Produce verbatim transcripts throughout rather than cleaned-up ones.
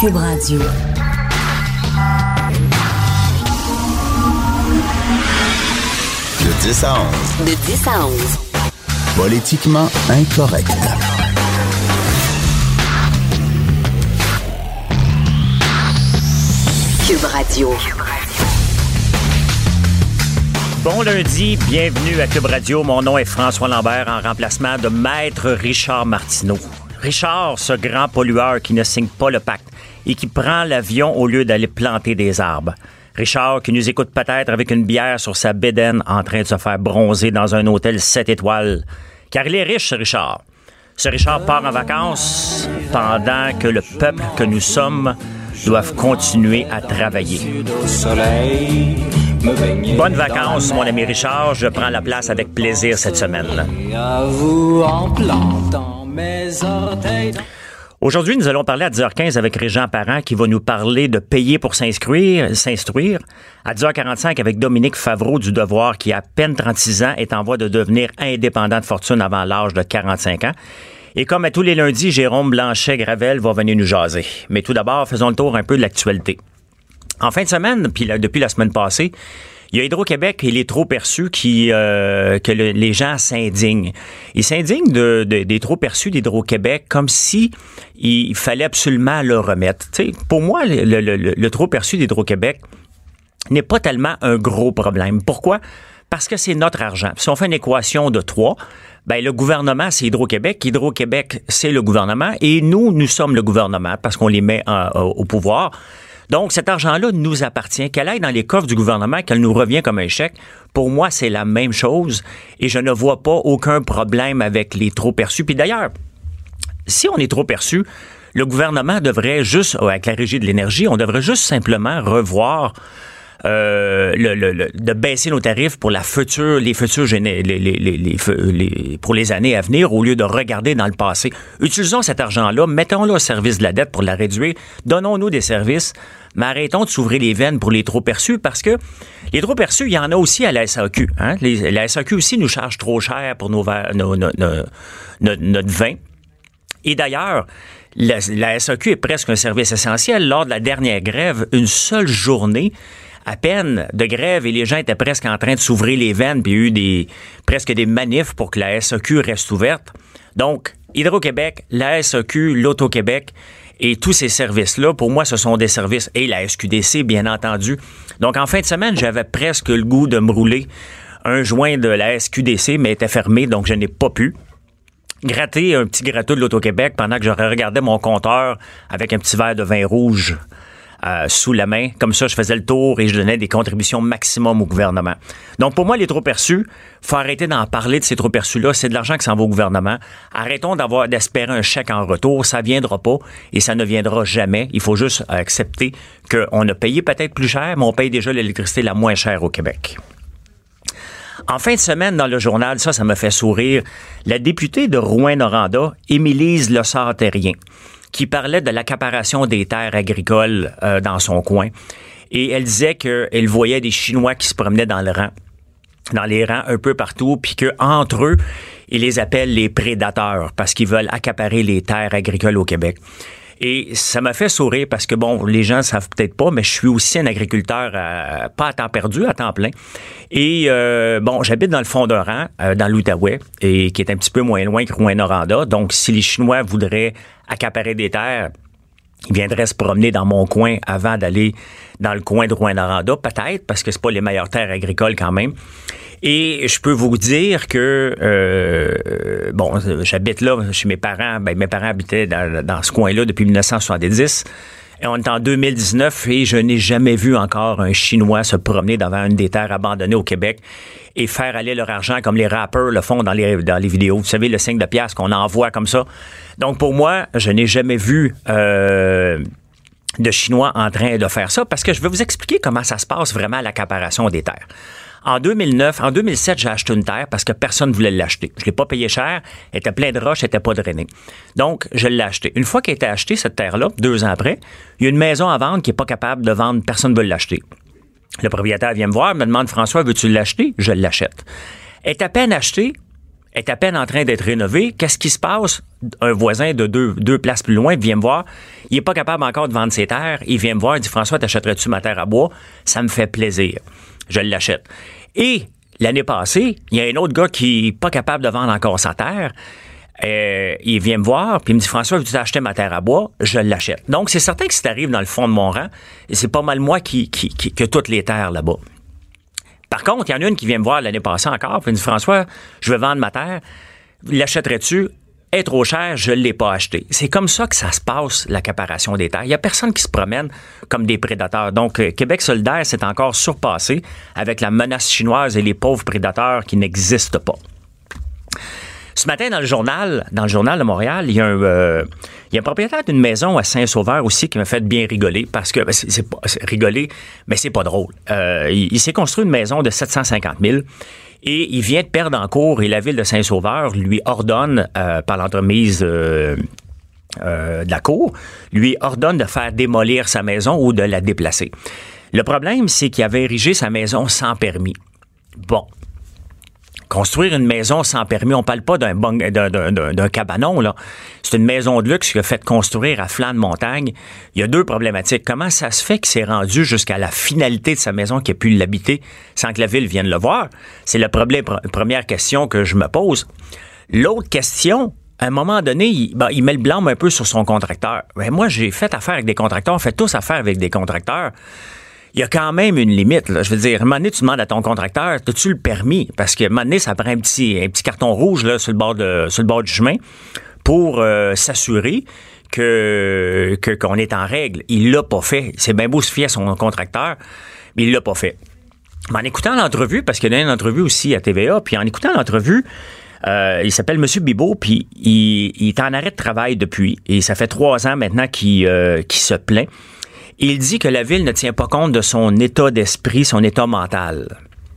Cube Radio. De dix à onze. De dix à onze. Politiquement incorrect. Cube Radio. Bon lundi, bienvenue à Cube Radio. Mon nom est François Lambert en remplacement de Maître Richard Martineau. Richard, ce grand pollueur qui ne signe pas le pacte et qui prend l'avion au lieu d'aller planter des arbres. Richard qui nous écoute peut-être avec une bière sur sa bédaine en train de se faire bronzer dans un hôtel sept étoiles. Car il est riche, ce Richard. Ce Richard part en vacances pendant que le peuple que nous sommes doivent continuer à travailler. Bonnes vacances, mon ami Richard. Je prends la place avec plaisir cette semaine. Aujourd'hui, nous allons parler à dix heures quinze avec Régent Parent qui va nous parler de payer pour s'instruire. s'instruire. À dix heures quarante-cinq avec Dominique Favreau du Devoir qui, à peine trente-six ans, est en voie de devenir indépendant de fortune avant l'âge de quarante-cinq ans. Et comme à tous les lundis, Jérôme Blanchet-Gravel va venir nous jaser. Mais tout d'abord, faisons le tour un peu de l'actualité. En fin de semaine, puis là, depuis la semaine passée, il y a Hydro-Québec et les trop-perçus qui, euh, que le, les gens s'indignent. Ils s'indignent de, de, des trop-perçus d'Hydro-Québec comme si il fallait absolument le remettre. Tu sais, pour moi, le, le, le, le trop-perçu d'Hydro-Québec n'est pas tellement un gros problème. Pourquoi? Parce que c'est notre argent. Si on fait une équation de trois, ben le gouvernement, c'est Hydro-Québec. Hydro-Québec, c'est le gouvernement. Et nous, nous sommes le gouvernement parce qu'on les met en, au pouvoir. Donc, cet argent-là nous appartient. Qu'elle aille dans les coffres du gouvernement, qu'elle nous revient comme un chèque, pour moi, c'est la même chose. Et je ne vois pas aucun problème avec les trop-perçus. Puis d'ailleurs, si on est trop-perçu, le gouvernement devrait juste, avec la Régie de l'énergie, on devrait juste simplement revoir Euh, le, le, le, de baisser nos tarifs pour la future, les futures géné- les, les, les, les, les, pour les années à venir au lieu de regarder dans le passé. Utilisons cet argent-là, mettons-le au service de la dette pour la réduire, donnons-nous des services, mais arrêtons de s'ouvrir les veines pour les trop-perçus parce que les trop-perçus, il y en a aussi à la S A Q. Hein? Les, la S A Q aussi nous charge trop cher pour nos, nos, nos, nos, nos, notre vin. Et d'ailleurs, la, la S A Q est presque un service essentiel. Lors de la dernière grève, une seule journée, à peine de grève et les gens étaient presque en train de s'ouvrir les veines puis il y a eu des, presque des manifs pour que la S A Q reste ouverte. Donc, Hydro-Québec, la S A Q, l'Auto-Québec et tous ces services-là, pour moi, ce sont des services, et la S Q D C, bien entendu. Donc, en fin de semaine, j'avais presque le goût de me rouler un joint de la S Q D C, mais était fermé, donc je n'ai pas pu gratter un petit gratteau de l'Auto-Québec pendant que je regardais mon compteur avec un petit verre de vin rouge Euh, sous la main. Comme ça, je faisais le tour et je donnais des contributions maximum au gouvernement. Donc, pour moi, les trop-perçus, faut arrêter d'en parler de ces trop-perçus-là. C'est de l'argent qui s'en va au gouvernement. Arrêtons d'avoir d'espérer un chèque en retour. Ça viendra pas et ça ne viendra jamais. Il faut juste accepter qu'on a payé peut-être plus cher, mais on paye déjà l'électricité la moins chère au Québec. En fin de semaine, dans le journal, ça, ça me fait sourire, la députée de Rouyn-Noranda, Émilise Lessard-Terrien, qui parlait de l'accaparation des terres agricoles euh, dans son coin. Et elle disait qu'elle voyait des Chinois qui se promenaient dans le rang, dans les rangs un peu partout, puis qu'entre eux, ils les appellent les prédateurs parce qu'ils veulent accaparer les terres agricoles au Québec. Et ça m'a fait sourire parce que, bon, les gens ne savent peut-être pas, mais je suis aussi un agriculteur, à, pas à temps perdu, à temps plein. Et, euh, bon, j'habite dans le fond d'un rang, euh, dans l'Outaouais, et qui est un petit peu moins loin que Rouyn-Noranda. Donc, si les Chinois voudraient accaparer des terres, ils viendraient se promener dans mon coin avant d'aller dans le coin de Rouyn-Noranda, peut-être, parce que c'est pas les meilleures terres agricoles quand même. Et je peux vous dire que, euh, bon, j'habite là chez mes parents. Ben, mes parents habitaient dans, dans ce coin-là depuis dix-neuf cent soixante-dix. Et on est en deux mille dix-neuf et je n'ai jamais vu encore un Chinois se promener devant une des terres abandonnées au Québec et faire aller leur argent comme les rappers le font dans les, dans les vidéos. Vous savez, le signe de pièce qu'on envoie comme ça. Donc, pour moi, je n'ai jamais vu euh, de Chinois en train de faire ça parce que je vais vous expliquer comment ça se passe vraiment à l'accaparation des terres. En deux mille neuf, en deux mille sept, j'ai acheté une terre parce que personne ne voulait l'acheter. Je l'ai pas payé cher, elle était pleine de roches, elle était pas drainée. Donc, je l'ai acheté. Une fois qu'elle a été achetée, cette terre-là, deux ans après, il y a une maison à vendre qui est pas capable de vendre, personne ne veut l'acheter. Le propriétaire vient me voir, me demande « François, veux-tu l'acheter? » Je l'achète. Elle est à peine achetée, est à peine en train d'être rénovée. Qu'est-ce qui se passe? Un voisin de deux, deux places plus loin vient me voir. Il n'est pas capable encore de vendre ses terres. Il vient me voir, il dit « François, t'achèterais-tu ma terre à bois? » Ça me fait plaisir. Je l'achète. Et l'année passée, il y a un autre gars qui n'est pas capable de vendre encore sa terre. Euh, il vient me voir, puis il me dit « François, veux-tu acheter ma terre à bois? » Je l'achète. Donc, c'est certain que si tu arrives dans le fond de mon rang, et c'est pas mal moi qui, qui, qui, qui a toutes les terres là-bas. Par contre, il y en a une qui vient me voir l'année passée encore, puis elle me dit « François, je veux vendre ma terre. L'achèterais-tu? Elle est trop cher, je ne l'ai pas acheté. » C'est comme ça que ça se passe, l'accaparation des terres. Il n'y a personne qui se promène comme des prédateurs. Donc, Québec solidaire s'est encore surpassé avec la menace chinoise et les pauvres prédateurs qui n'existent pas. Ce matin, dans le journal, dans le journal de Montréal, il y a un, euh, il y a un propriétaire d'une maison à Saint-Sauveur aussi qui m'a fait bien rigoler parce que, ben, c'est, c'est pas c'est rigoler, mais c'est pas drôle. Euh, il, il s'est construit une maison de sept cent cinquante mille et il vient de perdre en cours et la ville de Saint-Sauveur lui ordonne, euh, par l'entremise euh, euh, de la cour, lui ordonne de faire démolir sa maison ou de la déplacer. Le problème, c'est qu'il avait érigé sa maison sans permis. Bon. Construire une maison sans permis, on parle pas d'un, bon, d'un, d'un, d'un cabanon, là. C'est une maison de luxe qu'il a fait construire à flanc de montagne. Il y a deux problématiques. Comment ça se fait qu'il s'est rendu jusqu'à la finalité de sa maison, qu'il a pu l'habiter sans que la ville vienne le voir? C'est la problème, première question que je me pose. L'autre question, à un moment donné, il, ben, il met le blâme un peu sur son contracteur. Ben, moi, j'ai fait affaire avec des contracteurs, on fait tous affaire avec des contracteurs. Il y a quand même une limite, là. Je veux dire, à un moment donné, tu demandes à ton contracteur, as-tu le permis? Parce qu'à un moment donné, ça prend un petit, un petit carton rouge là, sur le bord de, sur le bord du chemin pour euh, s'assurer que, que qu'on est en règle. Il l'a pas fait. C'est bien beau se fier à son contracteur, mais il l'a pas fait. Mais en écoutant l'entrevue, parce qu'il y a une entrevue aussi à T V A, puis en écoutant l'entrevue, euh, il s'appelle M. Bibeau, puis il, il est en arrêt de travail depuis. Et ça fait trois ans maintenant qu'il, euh, qu'il se plaint. Il dit que la ville ne tient pas compte de son état d'esprit, son état mental.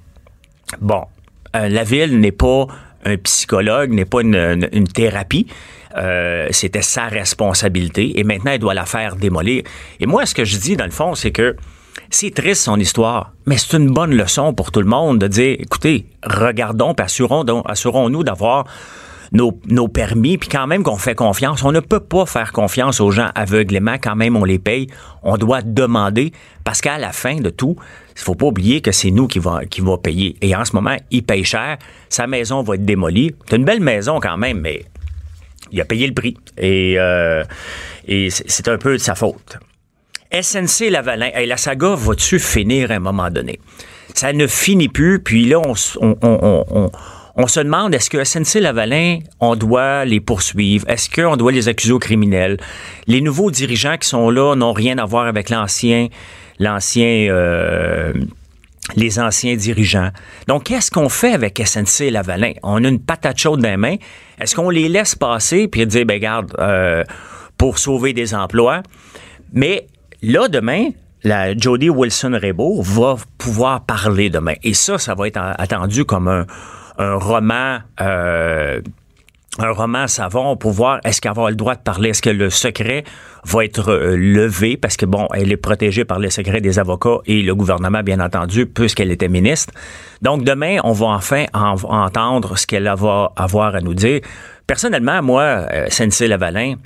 Bon, euh, la ville n'est pas un psychologue, n'est pas une, une, une thérapie. Euh, c'était sa responsabilité et maintenant, elle doit la faire démolir. Et moi, ce que je dis, dans le fond, c'est que c'est triste, son histoire, mais c'est une bonne leçon pour tout le monde de dire, écoutez, regardons, puis assurons, donc, assurons-nous d'avoir Nos, nos permis, puis quand même qu'on fait confiance. On ne peut pas faire confiance aux gens aveuglément, quand même on les paye. On doit demander, parce qu'à la fin de tout, il faut pas oublier que c'est nous qui va, qui va payer. Et en ce moment, il paye cher, sa maison va être démolie. C'est une belle maison quand même, mais il a payé le prix. Et, euh, et c'est, c'est un peu de sa faute. S N C-Lavalin, hey, la saga va-tu finir à un moment donné? Ça ne finit plus, puis là, on... on, on, on On se demande, est-ce que S N C-Lavalin, on doit les poursuivre? Est-ce qu'on doit les accuser aux criminels? Les nouveaux dirigeants qui sont là n'ont rien à voir avec l'ancien, l'ancien, euh, les anciens dirigeants. Donc, qu'est-ce qu'on fait avec S N C-Lavalin? On a une patate chaude dans les mains. Est-ce qu'on les laisse passer puis dire, ben regarde, euh, pour sauver des emplois? Mais là, demain, la Jody Wilson-Raybould va pouvoir parler demain. Et ça, ça va être attendu comme un un roman euh, un roman savon pour voir est-ce qu'elle va avoir le droit de parler, est-ce que le secret va être euh, levé parce que bon, elle est protégée par le secret des avocats et le gouvernement bien entendu puisqu'elle était ministre. Donc demain, on va enfin en, entendre ce qu'elle va avoir à nous dire. Personnellement, moi, S N C-Lavalin,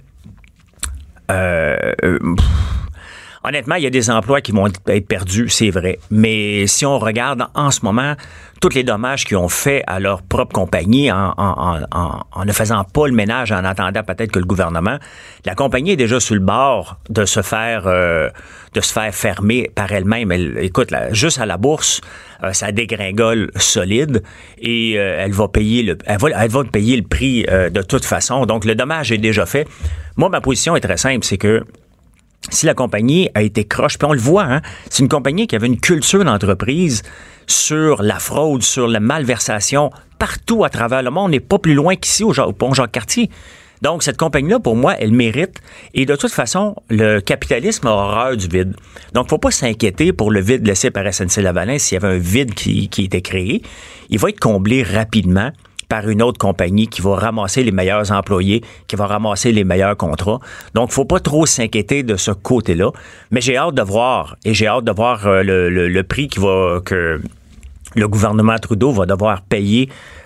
euh, euh, honnêtement, il y a des emplois qui vont être perdus, c'est vrai. Mais si on regarde en ce moment tous les dommages qu'ils ont fait à leur propre compagnie en, en, en, en ne faisant pas le ménage, en attendant peut-être que le gouvernement, la compagnie est déjà sur le bord de se faire euh, de se faire fermer par elle-même. Elle, écoute, là, juste à la bourse, euh, ça dégringole solide et euh, elle va payer le, elle va, elle va payer le prix euh, de toute façon. Donc le dommage est déjà fait. Moi, ma position est très simple, c'est que si la compagnie a été croche, puis on le voit, hein, c'est une compagnie qui avait une culture d'entreprise sur la fraude, sur la malversation, partout à travers le monde, on n'est pas plus loin qu'ici au, au pont Jacques-Cartier. Donc, cette compagnie-là, pour moi, elle mérite. Et de toute façon, le capitalisme a horreur du vide. Donc, il ne faut pas s'inquiéter pour le vide laissé par S N C-Lavalin s'il y avait un vide qui, qui était créé. Il va être comblé rapidement par une autre compagnie qui va ramasser les meilleurs employés, qui va ramasser les meilleurs contrats. Donc, il ne faut pas trop s'inquiéter de ce côté-là. Mais j'ai hâte de voir, et j'ai hâte de voir le, le, le prix qui va, que le gouvernement Trudeau va devoir payer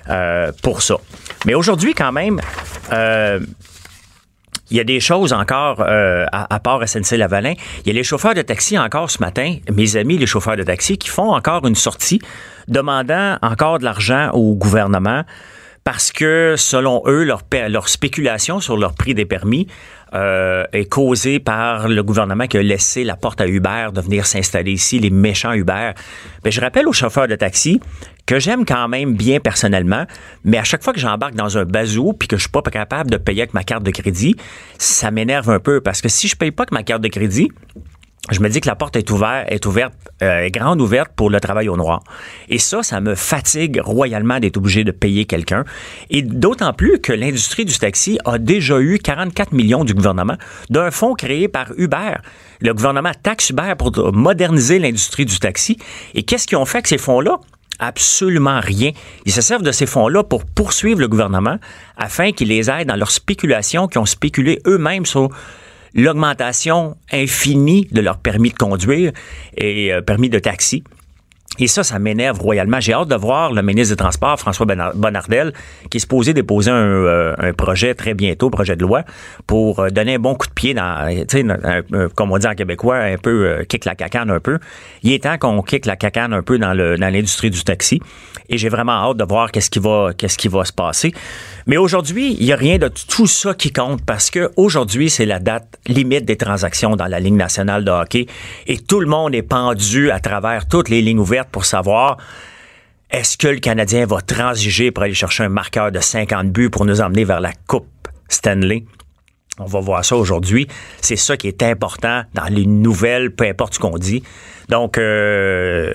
euh, pour ça. Mais aujourd'hui, quand même, euh, il y a des choses encore, euh, à, à part S N C-Lavalin. Il y a les chauffeurs de taxi encore ce matin, mes amis les chauffeurs de taxi, qui font encore une sortie demandant encore de l'argent au gouvernement parce que, selon eux, leur, leur spéculation sur leur prix des permis euh, est causée par le gouvernement qui a laissé la porte à Uber de venir s'installer ici, les méchants Uber. Bien, je rappelle aux chauffeurs de taxi que j'aime quand même bien personnellement, mais à chaque fois que j'embarque dans un bazou puis que je suis pas capable de payer avec ma carte de crédit, ça m'énerve un peu parce que si je paye pas avec ma carte de crédit, je me dis que la porte est ouverte, est ouverte, euh, est grande ouverte pour le travail au noir. Et ça, ça me fatigue royalement d'être obligé de payer quelqu'un. Et d'autant plus que l'industrie du taxi a déjà eu quarante-quatre millions du gouvernement d'un fonds créé par Uber. Le gouvernement taxe Uber pour moderniser l'industrie du taxi. Et qu'est-ce qu'ils ont fait avec ces fonds-là? Absolument rien. Ils se servent de ces fonds-là pour poursuivre le gouvernement afin qu'il les aide dans leurs spéculations qu'ils ont spéculé eux-mêmes sur l'augmentation infinie de leur permis de conduire et euh, permis de taxi. Et ça, ça m'énerve royalement. J'ai hâte de voir le ministre des Transports, François Bonnardel, qui est supposé déposer un, euh, un projet très bientôt, projet de loi, pour euh, donner un bon coup de pied dans, tu sais, un, un, comme on dit en québécois, un peu euh, kick la cacane un peu. Il est temps qu'on kick la cacane un peu dans le dans l'industrie du taxi. Et j'ai vraiment hâte de voir qu'est-ce qui va qu'est-ce qui va se passer. Mais aujourd'hui, il n'y a rien de tout ça qui compte parce que aujourd'hui, c'est la date limite des transactions dans la Ligue nationale de hockey et tout le monde est pendu à travers toutes les lignes ouvertes pour savoir est-ce que le Canadien va transiger pour aller chercher un marqueur de cinquante buts pour nous emmener vers la Coupe Stanley. On va voir ça aujourd'hui. C'est ça qui est important dans les nouvelles, peu importe ce qu'on dit. Donc, euh,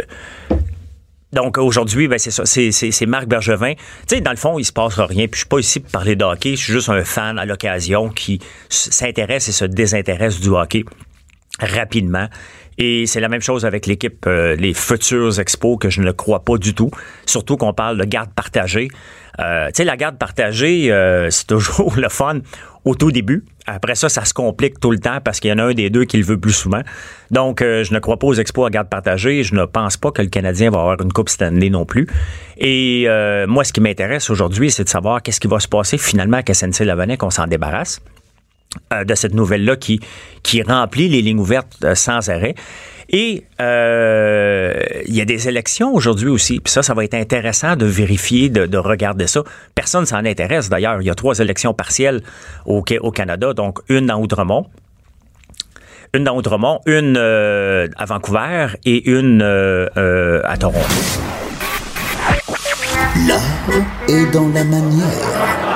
Donc, aujourd'hui, ben c'est ça, c'est, c'est, c'est Marc Bergevin. Tu sais, dans le fond, il se passe rien. Puis, je suis pas ici pour parler de hockey. Je suis juste un fan à l'occasion qui s'intéresse et se désintéresse du hockey rapidement. Et c'est la même chose avec l'équipe, euh, les futurs expos, que je ne crois pas du tout. Surtout qu'on parle de garde partagée. Euh, tu sais, la garde partagée, euh, c'est toujours le fun au tout début. Après ça, ça se complique tout le temps parce qu'il y en a un des deux qui le veut plus souvent. Donc, euh, je ne crois pas aux expos à garde partagée. Je ne pense pas que le Canadien va avoir une Coupe Stanley non plus. Et euh, moi, ce qui m'intéresse aujourd'hui, c'est de savoir qu'est-ce qui va se passer finalement avec S N C-Lavalin, qu'on s'en débarrasse euh, de cette nouvelle-là qui, qui remplit les lignes ouvertes euh, sans arrêt. Et euh, il y a des élections aujourd'hui aussi. Puis ça, ça va être intéressant de vérifier, de, de regarder ça. Personne s'en intéresse d'ailleurs. Il y a trois élections partielles au, au Canada, donc une dans Outremont, une dans Outremont, une euh, à Vancouver et une euh, euh, à Toronto. L'art est dans la manière.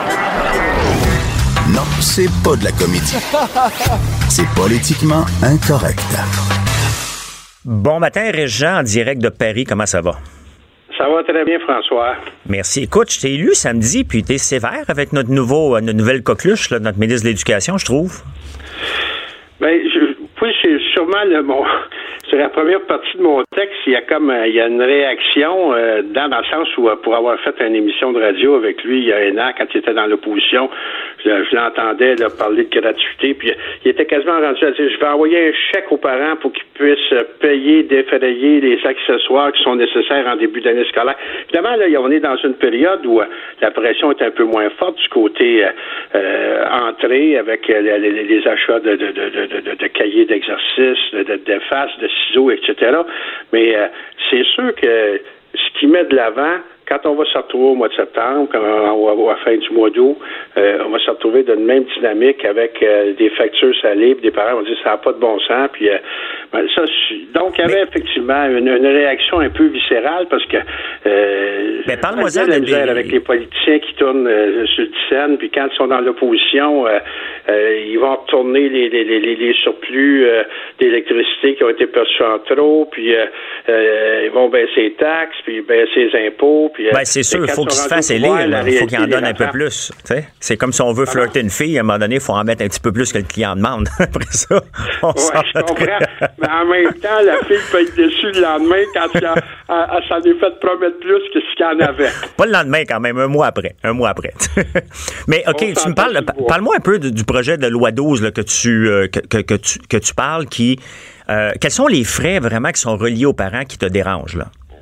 Non, c'est pas de la comédie. C'est politiquement incorrect. Bon matin, Régent, en direct de Paris. Comment ça va? Ça va très bien, François. Merci. Écoute, je t'ai élu samedi, puis t'es sévère avec notre nouveau, notre nouvelle coqueluche, là, notre ministre de l'Éducation, je trouve. Bien, je, oui, c'est sûrement le bon. Sur la première partie de mon texte, il y a comme euh, il y a une réaction euh, dans, dans le sens où euh, pour avoir fait une émission de radio avec lui il y a un an, quand il était dans l'opposition, je, je l'entendais là, parler de gratuité, puis il était quasiment rendu à dire je vais envoyer un chèque aux parents pour qu'ils puissent payer, défrayer les accessoires qui sont nécessaires en début d'année scolaire. Évidemment, là, on est dans une période où euh, la pression est un peu moins forte du côté euh, euh, entrée avec euh, les, les achats de, de, de, de, de, de cahiers d'exercice, de, de, d'efface, de ciseaux, et cetera. Mais euh, c'est sûr que ce qui met de l'avant, quand on va se retrouver au mois de septembre, quand on va à la fin du mois d'août, euh, on va se retrouver dans une même dynamique avec euh, des factures salées, puis des parents vont dire ça n'a pas de bon sens, puis euh, ben, ça, donc il y avait Mais... effectivement une, une réaction un peu viscérale parce que euh, Mais parle-moi ça, la misère avec les politiciens qui tournent euh, sur le scène, puis quand ils sont dans l'opposition, euh, euh, ils vont retourner les, les, les, les surplus euh, d'électricité qui ont été perçus en trop, puis euh, euh, ils vont baisser les taxes, puis baisser les impôts. Puis, ben, c'est sûr, il faut qu'il se fasse élire. Il faut qu'il en donne un peu plus. T'sais? C'est comme si on veut flirter une fille, à un moment donné, il faut en mettre un petit peu plus que le client demande. Après ça, on ouais, je comprends. Mais en même temps, la fille peut être déçue le lendemain quand elle, elle, elle s'en est fait promettre plus que ce qu'il y en avait. Pas le lendemain quand même, un mois après. Un mois après. Mais OK, on tu me parles, parle-moi un peu de, du projet de loi douze là, que, tu, euh, que, que, que, tu, que tu parles. Qui, euh, quels sont les frais vraiment qui sont reliés aux parents qui te dérangent, là?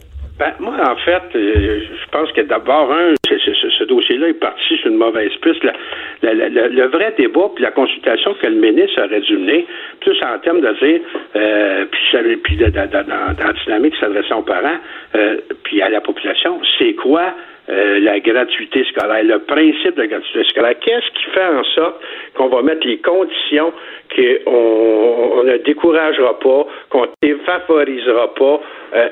Ben, moi, en fait, euh, je pense que d'abord, un, c'est, c'est, ce, ce dossier-là est parti sur une mauvaise piste. La, la, la, la, le vrai débat, puis la consultation que le ministre aurait dû mener, plus en termes de dire, euh, puis, puis de, de, de, dans, dans la dynamique s'adressant aux parents, euh, puis à la population, c'est quoi Euh, la gratuité scolaire, le principe de la gratuité scolaire. Qu'est-ce qui fait en sorte qu'on va mettre les conditions qu'on on ne découragera pas, qu'on ne défavorisera pas euh,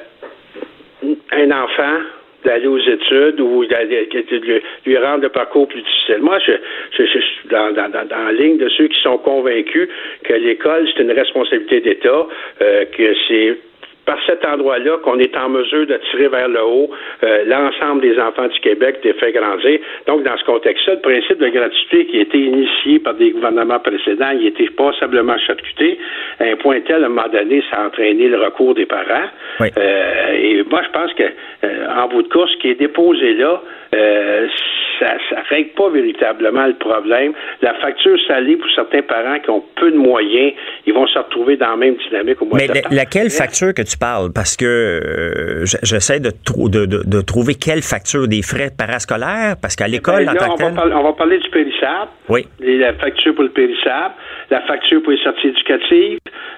un enfant d'aller aux études ou d'aller, de lui rendre le parcours plus difficile. Moi, je, je, je suis dans, dans, dans, dans la ligne de ceux qui sont convaincus que l'école, c'est une responsabilité d'État, euh, que c'est par cet endroit-là qu'on est en mesure de tirer vers le haut euh, l'ensemble des enfants du Québec, des fait grandir. Donc, dans ce contexte-là, le principe de gratuité qui a été initié par des gouvernements précédents, il a été passablement charcuté à un point tel, à un moment donné, ça a entraîné le recours des parents. Oui. Euh, et moi, je pense que euh, en bout de course, ce qui est déposé là, euh, ça ne règle pas véritablement le problème. La facture salée pour certains parents qui ont peu de moyens, ils vont se retrouver dans la même dynamique au mois Mais de septembre. Mais laquelle facture que tu parles? Parce que euh, j'essaie de, de, de, de trouver quelle facture des frais parascolaires, parce qu'à l'école, ben, en là, tant on, que va tel... parler, on va parler du périssable. Oui. Les, la facture pour le périssable, la facture pour les sorties éducatives.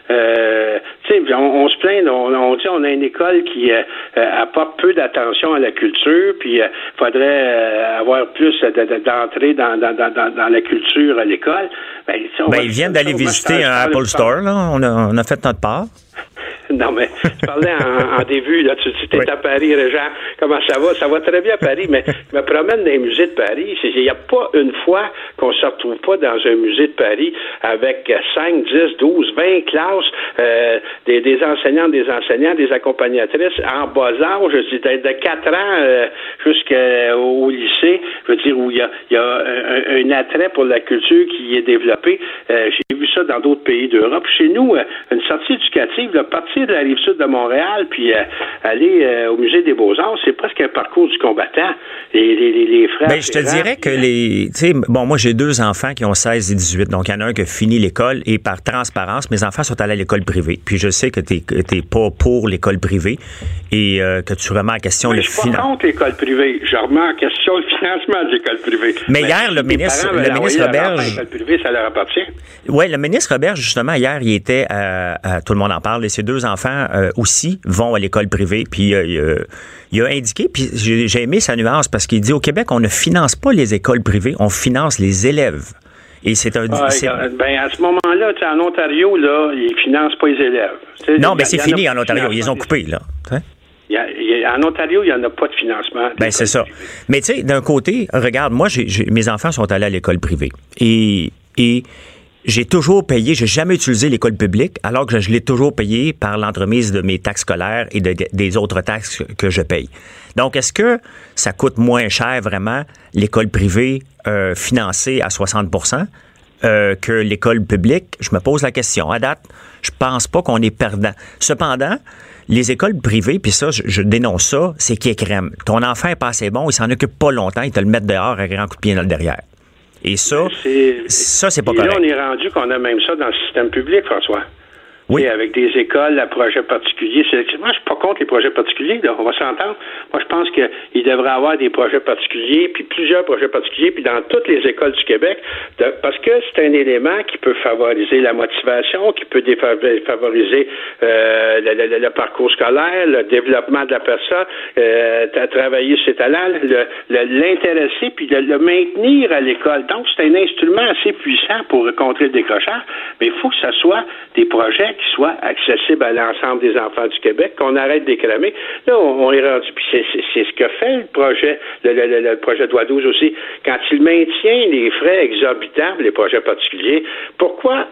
Euh, tu sais, on, on se plaint, on, on dit on a une école qui euh, apporte peu d'attention à la culture, puis il euh, faudrait euh, avoir plus de, de, d'entrée dans, dans, dans, dans la culture à l'école. Ben, ben ils viennent d'aller visiter un Apple Store, là. On a, on a fait notre part. Non, mais je parlais en, en début, là, tu dis, t'es oui. à Paris, Régent, comment ça va? Ça va très bien à Paris, mais je me promène dans les musées de Paris. Il n'y a pas une fois qu'on se retrouve pas dans un musée de Paris avec cinq, dix, douze, vingt classes, euh, des, des enseignants, des enseignants, des accompagnatrices en bas âge, je dis, de, de quatre ans euh, jusqu'au lycée, je veux dire, où il y a, y a un, un attrait pour la culture qui est développé. Euh, j'ai vu ça dans d'autres pays d'Europe. Chez nous, une sortie éducative, là, partir de la rive sud de Montréal, puis euh, aller euh, au musée des Beaux-Arts, c'est presque un parcours du combattant. Les, les, les, les frères... Ben, je te dirais que les... Tu sais, bon, moi, j'ai deux enfants qui ont seize et dix-huit, donc il y en a un qui a fini l'école, et par transparence, mes enfants sont allés à l'école privée. Puis je sais que tu n'es pas pour l'école privée, et euh, que tu remets en question oui, le financement. Je suis pas contre l'école privée. Je remets en question le financement de l'école privée. Mais, Mais hier, le ministre, le ministre Roberge... L'école privée, ça leur appartient. Oui, le ministre Roberge, justement, hier, il était à, à Tout le monde en parle, et ses deux enfants euh, aussi vont à l'école privée. Puis euh, il a indiqué, puis j'ai, j'ai aimé sa nuance, parce qu'il dit au Québec, on ne finance pas les écoles privées, on finance les élèves. Et c'est un... Ah, c'est... Ben, à ce moment-là, en Ontario, là, ils financent pas les élèves. T'sais, non, mais c'est fini en Ontario. Ils les ont coupés, là. Il y a, il y a, en Ontario, il n'y en a pas de financement. Ben, c'est ça. Privée. Mais tu sais, d'un côté, regarde, moi, j'ai, j'ai, mes enfants sont allés à l'école privée. Et... et j'ai toujours payé, j'ai jamais utilisé l'école publique, alors que je l'ai toujours payé par l'entremise de mes taxes scolaires et de, des autres taxes que je paye. Donc, est-ce que ça coûte moins cher vraiment l'école privée euh, financée à soixante pour cent euh, que l'école publique? Je me pose la question. À date, je pense pas qu'on est perdant. Cependant, les écoles privées, puis ça, je, je dénonce ça, c'est qui est crème. Ton enfant est pas assez bon, il s'en occupe pas longtemps, il te le met dehors à grand coup de pied dans le derrière. Et ça, c'est, ça, c'est pas et correct. Là, on est rendu qu'on a même ça dans le système public, François. Oui. Et avec des écoles à projets particuliers. C'est, moi, je suis pas contre les projets particuliers, là. On va s'entendre. Moi, je pense qu'il devrait y avoir des projets particuliers, puis plusieurs projets particuliers, puis dans toutes les écoles du Québec, de, parce que c'est un élément qui peut favoriser la motivation, qui peut défavoriser euh, le, le, le parcours scolaire, le développement de la personne, euh, travailler ses talents, le, le, l'intéresser, puis le, le maintenir à l'école. Donc, c'est un instrument assez puissant pour contrer le décrochage, mais il faut que ça soit des projets qui soit accessible à l'ensemble des enfants du Québec, qu'on arrête d'écramer. Là, on, on est rendu, puis c'est, c'est, c'est ce que fait le projet, le, le, le, le projet de loi douze aussi, quand il maintient les frais exorbitants pour les projets particuliers. Pourquoi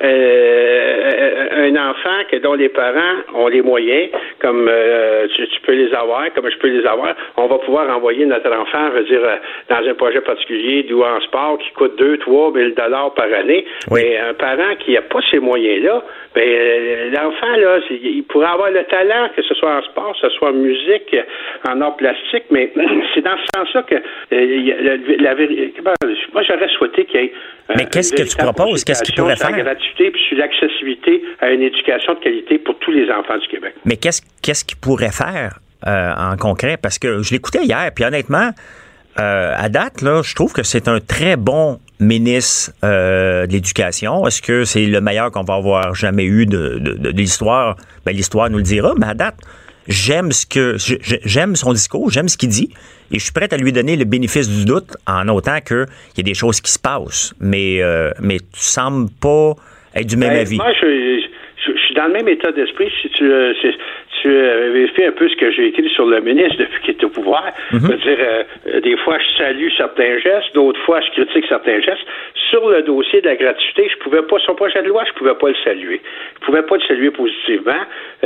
euh, un enfant que, dont les parents ont les moyens, comme euh, tu, tu peux les avoir, comme je peux les avoir, on va pouvoir envoyer notre enfant, je veux dire, dans un projet particulier ou en sport qui coûte deux, trois mille dollars par année. Oui. Mais un parent qui n'a pas ces moyens-là, ben, l'enfant, là, il pourrait avoir le talent, que ce soit en sport, que ce soit en musique, en art plastique, mais c'est dans ce sens-là que euh, la, la, moi, j'aurais souhaité qu'il y ait euh, mais qu'est-ce que tu proposes? Qu'est-ce qu'il pourrait faire? Sur la gratuité puis sur l'accessibilité à une éducation de qualité pour tous les enfants du Québec. Mais qu'est-ce, qu'est-ce qu'il pourrait faire? euh, en concret, parce que je l'écoutais hier, puis honnêtement, euh, à date, là, je trouve que c'est un très bon ministre euh, de l'Éducation. Est-ce que c'est le meilleur qu'on va avoir jamais eu de, de, de, de l'histoire? Ben, l'histoire nous le dira, mais à date, j'aime ce que j'aime son discours, j'aime ce qu'il dit, et je suis prêt à lui donner le bénéfice du doute en autant qu'il y a des choses qui se passent. Mais, euh, mais tu sembles pas être du même ben, avis. Moi, je, je, je suis dans le même état d'esprit. Si tu, euh, si, tu vérifies un peu ce que j'ai écrit sur le ministre depuis qu'il est au pouvoir, mm-hmm. je veux dire, euh, des fois, je salue certains gestes, d'autres fois, je critique certains gestes. Sur le dossier de la gratuité, je pouvais pas, son projet de loi, je pouvais pas le saluer. Je pouvais pas le saluer positivement.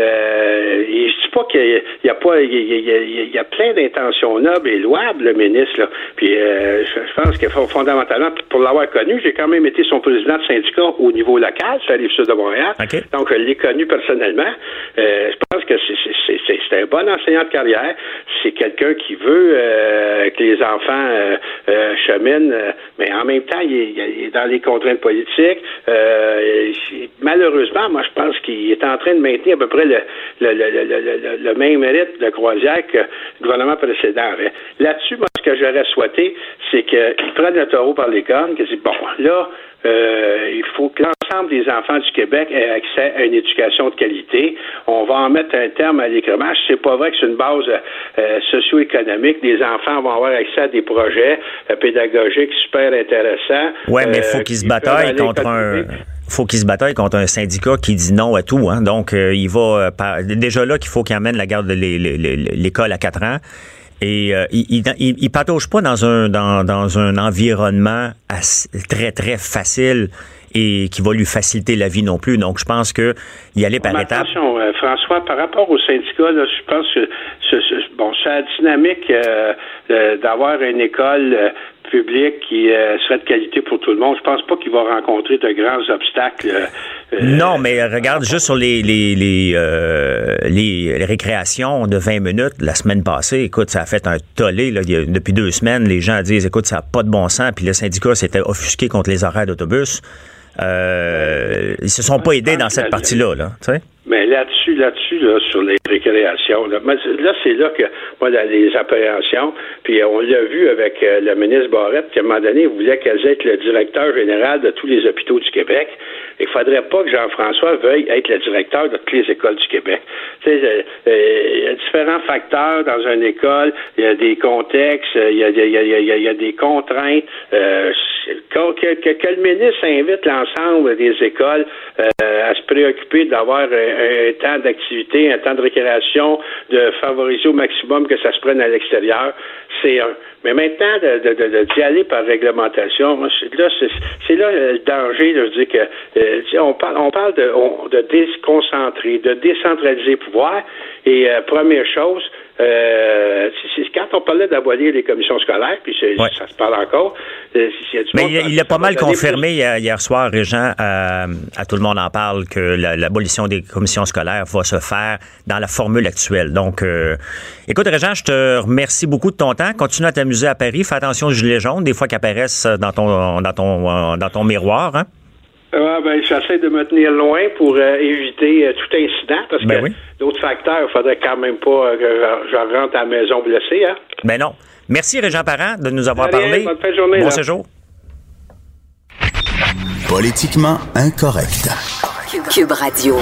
Euh, et je dis pas qu'il y a pas, il y a, il y a, il y a plein d'intentions nobles et louables, le ministre, là. Puis, euh, je pense que fondamentalement, pour l'avoir connu, j'ai quand même été son président de syndicat au niveau local, sur la Rive-Sud de Montréal. Okay. Donc, je l'ai connu personnellement. Euh, je pense que c'est, c'est, c'est, c'est un bon enseignant de carrière. C'est quelqu'un qui veut euh, que les enfants euh, euh, cheminent, euh, mais en même temps, il est, il est dans les contraintes politiques. Euh, malheureusement, moi, je pense qu'il est en train de maintenir à peu près le, le, le, le, le, le même rythme de croisière que le gouvernement précédent avait. Là-dessus, moi, ce que j'aurais souhaité, c'est qu'il prenne le taureau par les cornes, qu'il dise, bon, là, Euh, il faut que l'ensemble des enfants du Québec aient accès à une éducation de qualité. On va en mettre un terme à l'écrémage. C'est pas vrai que c'est une base euh, socio-économique. Les enfants vont avoir accès à des projets euh, pédagogiques super intéressants. Ouais, mais il faut euh, qu'ils se bataillent contre un... faut qu'il se bataille contre un syndicat qui dit non à tout. Hein. Donc, euh, il va... Euh, par... Déjà là qu'il faut qu'il amène la garde de l'école à quatre ans. Et euh, il, il, il patauge pas dans un dans, dans un environnement assez, très très facile et qui va lui faciliter la vie non plus. Donc je pense que y aller par bon, étapes. Attention, euh, François, par rapport au syndicat, là, je pense que ce, ce, bon, c'est la dynamique euh, euh, d'avoir une école euh, publique qui euh, serait de qualité pour tout le monde. Je pense pas qu'il va rencontrer de grands obstacles. Euh, non, mais regarde juste sur les les les, euh, les les récréations de vingt minutes la semaine passée. Écoute, ça a fait un tollé là. Il y a, depuis deux semaines, les gens disent, écoute, ça n'a pas de bon sens. Puis le syndicat s'était offusqué contre les horaires d'autobus. Euh, ils se sont pas aidés dans cette partie-là, là. Tu sais? Mais là-dessus, là-dessus, là, sur les récréations, là, là, c'est là que, moi, dans les appréhensions, puis on l'a vu avec euh, le ministre Barrette, qui, à un moment donné, voulait qu'elle être le directeur général de tous les hôpitaux du Québec. Il faudrait pas que Jean-François veuille être le directeur de toutes les écoles du Québec. Tu sais, euh, euh, il y a différents facteurs dans une école, il y a des contextes, il y a, il y a, il y a, il y a, il y a des contraintes. Euh, que, que, que le ministre invite l'ensemble des écoles euh, à se préoccuper d'avoir un, un temps d'activité, un temps de récréation, de favoriser au maximum que ça se prenne à l'extérieur, c'est un. Mais maintenant, de, de, de, d'y aller par réglementation, moi, c'est, là, c'est, c'est là le danger de dire que euh, on parle, on parle de, on, de déconcentrer, de décentraliser le pouvoir. Et euh, première chose, euh, c'est, c'est, quand on parlait d'abolir les commissions scolaires, puis c'est, ouais. ça se parle encore. Euh, y a du Mais monde, il, il a pas mal confirmé plus... hier, hier soir, Régent, à, à Tout le monde en parle, que la, l'abolition des commissions scolaires va se faire dans la formule actuelle. Donc, euh, écoute, Régent, je te remercie beaucoup de ton temps. Continue à t'amuser à Paris. Fais attention aux gilets jaunes, des fois qu'ils apparaissent dans ton, dans ton, dans ton miroir, hein? Ah, ben, j'essaie de me tenir loin pour euh, éviter euh, tout incident, parce ben que oui. d'autres facteurs, il faudrait quand même pas euh, que je, je rentre à la maison blessée, hein? Ben non. Merci, Régent Parent, de nous avoir Rien, parlé. Bonne fin de journée. Bon là. séjour. Politiquement incorrect. Cube Radio.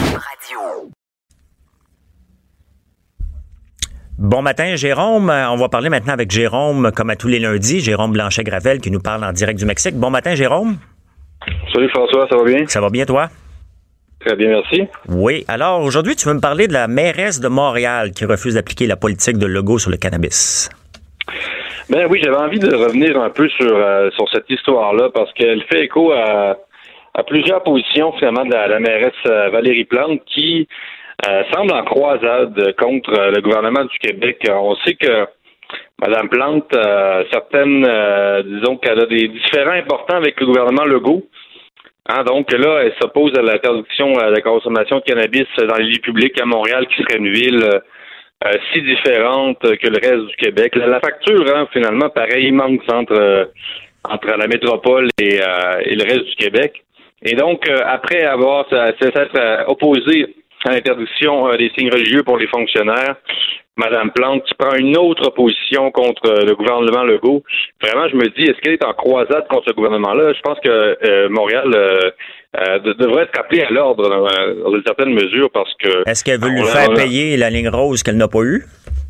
Bon matin, Jérôme. On va parler maintenant avec Jérôme, comme à tous les lundis. Jérôme Blanchet-Gravel qui nous parle en direct du Mexique. Bon matin, Jérôme. Salut François, ça va bien? Ça va bien, toi? Très bien, merci. Oui. Alors, aujourd'hui, tu veux me parler de la mairesse de Montréal qui refuse d'appliquer la politique de Legault sur le cannabis. Ben oui, j'avais envie de revenir un peu sur, euh, sur cette histoire-là parce qu'elle fait écho à, à plusieurs positions, finalement, de la, la mairesse euh, Valérie Plante qui euh, semble en croisade contre euh, le gouvernement du Québec. On sait que Mme Plante, euh, certaines, euh, disons qu'elle a des différends importants avec le gouvernement Legault. Hein, donc là, elle s'oppose à l'interdiction de la consommation de cannabis dans les lieux publics à Montréal, qui serait une ville euh, si différente que le reste du Québec. La, la facture, hein, finalement, paraît immense entre, euh, entre la métropole et, euh, et le reste du Québec. Et donc, euh, après avoir s'être opposé à l'interdiction euh, des signes religieux pour les fonctionnaires. Madame Plante qui prend une autre position contre euh, le gouvernement Legault. Vraiment, je me dis, est-ce qu'elle est en croisade contre ce gouvernement-là? Je pense que euh, Montréal euh, euh, de, devrait être appelé à l'ordre dans, dans une certaine mesure parce que... Est-ce qu'elle veut lui on, faire on, payer la ligne rose qu'elle n'a pas eue?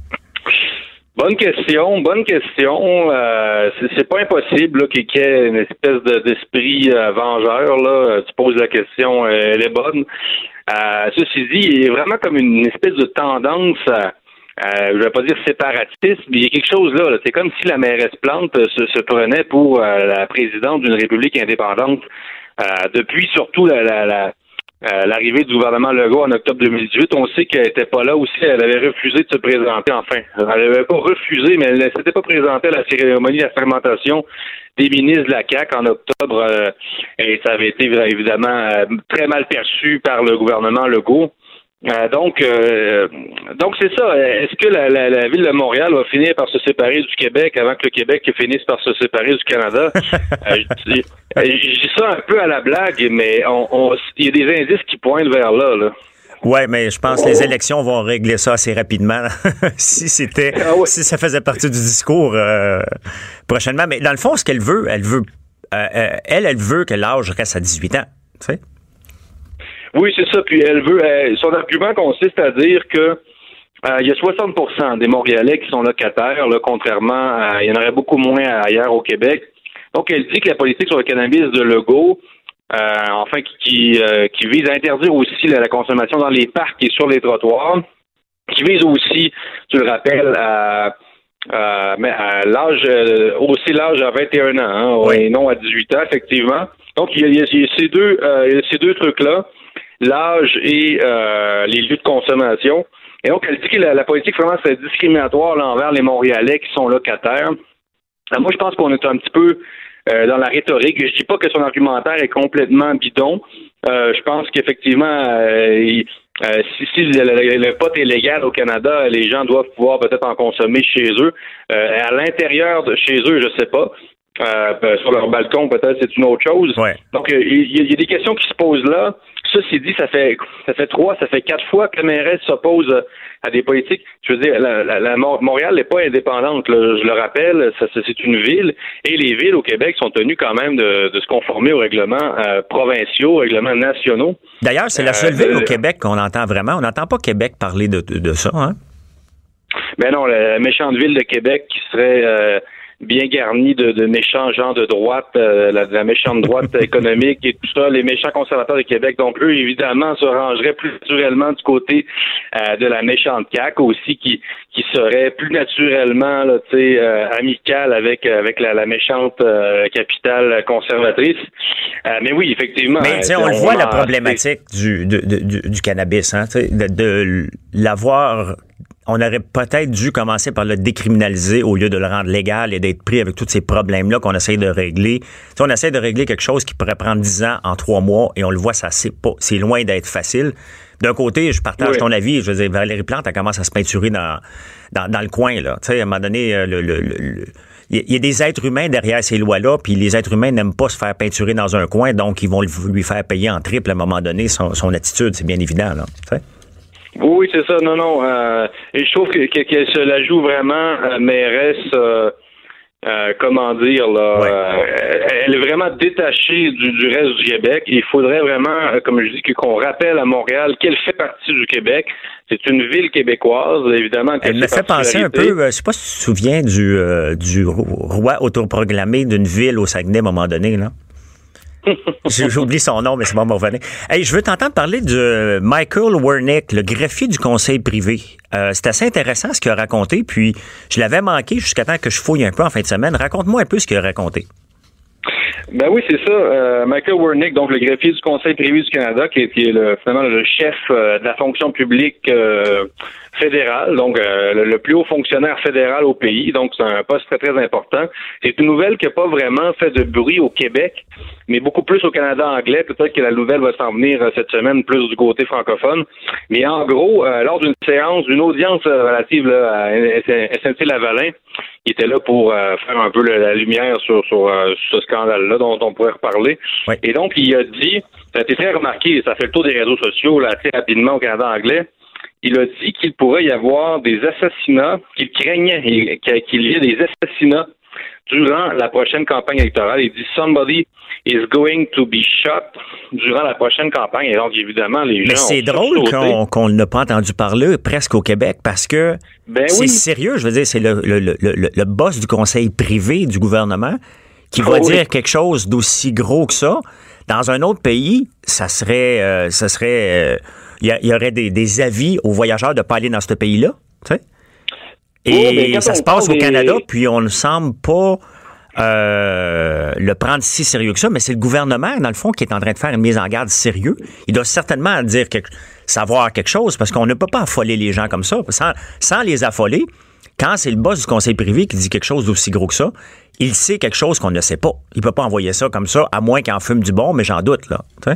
Bonne question, bonne question. Euh, c'est, c'est pas impossible là, qu'il y ait une espèce de, d'esprit euh, vengeur. Là. Tu poses la question, euh, elle est bonne. Euh, ceci dit, il y a vraiment comme une espèce de tendance à, à je vais pas dire séparatiste, mais il y a quelque chose là. là. C'est comme si la mairesse Plante se, se prenait pour euh, la présidente d'une république indépendante. Euh, depuis surtout la, la, la Euh, l'arrivée du gouvernement Legault en octobre deux mille dix-huit, on sait qu'elle n'était pas là aussi. Elle avait refusé de se présenter, enfin. Elle n'avait pas refusé, mais elle ne s'était pas présentée à la cérémonie de la fermentation des ministres de la C A Q en octobre. Euh, et ça avait été évidemment euh, très mal perçu par le gouvernement Legault. Euh, donc, euh, donc c'est ça. Est-ce que la, la, la ville de Montréal va finir par se séparer du Québec avant que le Québec finisse par se séparer du Canada? euh, je, dis, je dis ça un peu à la blague, mais on, on, il y a des indices qui pointent vers là. là. Oui, mais je pense que les élections vont régler ça assez rapidement. si c'était, ah ouais. si ça faisait partie du discours euh, prochainement. Mais dans le fond, ce qu'elle veut, elle veut, euh, elle, elle veut que l'âge reste à dix-huit ans. Tu sais? Oui, c'est ça. Puis elle veut. Euh, son argument consiste à dire que euh, il y a soixante pour cent des Montréalais qui sont locataires, là, contrairement à, il y en aurait beaucoup moins ailleurs au Québec. Donc, elle dit que la politique sur le cannabis de Legault, euh, enfin, qui qui, euh, qui vise à interdire aussi la, la consommation dans les parcs et sur les trottoirs, qui vise aussi, tu le rappelles, à Euh, mais à l'âge, euh, aussi l'âge à vingt et un ans, hein, oui. Et non à dix-huit ans, effectivement. Donc, il y a, il y a, il y a ces deux, euh, il y a ces deux trucs-là, l'âge et euh, les lieux de consommation. Et donc, elle dit que la, la politique, vraiment, c'est discriminatoire là, envers les Montréalais qui sont locataires. Alors, moi, je pense qu'on est un petit peu euh, dans la rhétorique. Je dis pas que son argumentaire est complètement bidon. Euh, je pense qu'effectivement, euh, il Euh, si si le, le, le pot est légal au Canada, les gens doivent pouvoir peut-être en consommer chez eux. Euh, à l'intérieur de chez eux, je sais pas. Euh, sur leur balcon, peut-être c'est une autre chose. Ouais. Donc, euh, il y, y a des questions qui se posent là. Ceci dit, ça fait ça fait trois, ça fait quatre fois que la mairesse s'oppose à des politiques. Je veux dire, la, la, la Montréal n'est pas indépendante. Là, je le rappelle, ça, c'est une ville et les villes au Québec sont tenues quand même de, de se conformer aux règlements euh, provinciaux, aux règlements nationaux. D'ailleurs, c'est la seule euh, ville au Québec qu'on entend vraiment. On n'entend pas Québec parler de, de, de ça, hein? Ben non, la méchante ville de Québec qui serait euh, bien garnie de, de méchants gens de droite, euh, la, la méchante droite économique et tout ça, les méchants conservateurs de Québec. Donc, eux, évidemment, se rangeraient plus naturellement du côté euh, de la méchante C A Q aussi, qui qui serait plus naturellement, là, tu sais, euh, amicale avec avec la, la méchante euh, capitale conservatrice. Euh, mais oui, effectivement. Mais tu sais, on, on le voit, la problématique du, de, de, du, du cannabis, hein, tu sais, de, de l'avoir... On aurait peut-être dû commencer par le décriminaliser au lieu de le rendre légal et d'être pris avec tous ces problèmes-là qu'on essaye de régler. Tu sais, on essaie de régler quelque chose qui pourrait prendre dix ans en trois mois et on le voit, ça c'est pas, c'est loin d'être facile. D'un côté, je partage oui. ton avis. Je veux dire, Valérie Plante, elle commence à se peinturer dans, dans, dans le coin, là. Tu sais, à un moment donné, le, le, le, le il y a des êtres humains derrière ces lois-là, puis les êtres humains n'aiment pas se faire peinturer dans un coin, donc ils vont lui faire payer en triple à un moment donné son, son attitude, c'est bien évident, là. Tu sais? Oui, c'est ça. Non, non. Euh, et je trouve que, que, qu'elle se la joue vraiment euh, mairesse, euh, euh, comment dire, là, ouais. euh, elle est vraiment détachée du, du reste du Québec. Il faudrait vraiment, comme je dis, qu'on rappelle à Montréal qu'elle fait partie du Québec. C'est une ville québécoise, évidemment. Elle me fait penser un peu, euh, je sais pas si tu te souviens du, euh, du roi autoproclamé d'une ville au Saguenay à un moment donné, là. J'oublie son nom, mais c'est bon, me revenir. Hey, je veux t'entendre parler de Michael Wernick, le greffier du conseil privé. Euh, c'est assez intéressant ce qu'il a raconté, puis je l'avais manqué jusqu'à temps que je fouille un peu en fin de semaine. Raconte-moi un peu ce qu'il a raconté. Ben oui, c'est ça. Euh, Michael Wernick, donc le greffier du Conseil privé du Canada, qui est, qui est le, finalement le chef euh, de la fonction publique euh, fédérale, donc euh, le, le plus haut fonctionnaire fédéral au pays, donc c'est un poste très, très important. C'est une nouvelle qui n'a pas vraiment fait de bruit au Québec, mais beaucoup plus au Canada anglais. Peut-être que la nouvelle va s'en venir euh, cette semaine plus du côté francophone. Mais en gros, euh, lors d'une séance, d'une audience euh, relative là, à S N C-Lavalin, qui était là pour euh, faire un peu la, la lumière sur, sur, euh, sur ce scandale-là dont on pourrait reparler. Oui. Et donc, il a dit ça a été très remarqué, ça fait le tour des réseaux sociaux là, assez rapidement au Canada anglais. Il a dit qu'il pourrait y avoir des assassinats, qu'il craignait qu'il y ait des assassinats durant la prochaine campagne électorale. Il dit « Somebody is going to be shot » durant la prochaine campagne. Et donc, évidemment, les gens... Mais c'est drôle qu'on, qu'on n'a pas entendu parler presque au Québec parce que ben c'est oui. sérieux. Je veux dire, c'est le, le, le, le, le boss du conseil privé du gouvernement qui va oh, dire oui. quelque chose d'aussi gros que ça. Dans un autre pays, ça serait... Euh, ça serait il euh, y, y aurait des, des avis aux voyageurs de ne pas aller dans ce pays-là, tu sais. Et oh, ça se passe au Canada, des... puis on ne semble pas euh, le prendre si sérieux que ça, mais c'est le gouvernement, dans le fond, qui est en train de faire une mise en garde sérieuse. Il doit certainement dire quelque, savoir quelque chose, parce qu'on ne peut pas affoler les gens comme ça. Sans, sans les affoler, quand c'est le boss du conseil privé qui dit quelque chose d'aussi gros que ça, il sait quelque chose qu'on ne sait pas. Il peut pas envoyer ça comme ça, à moins qu'il en fume du bon, mais j'en doute, là. T'sais?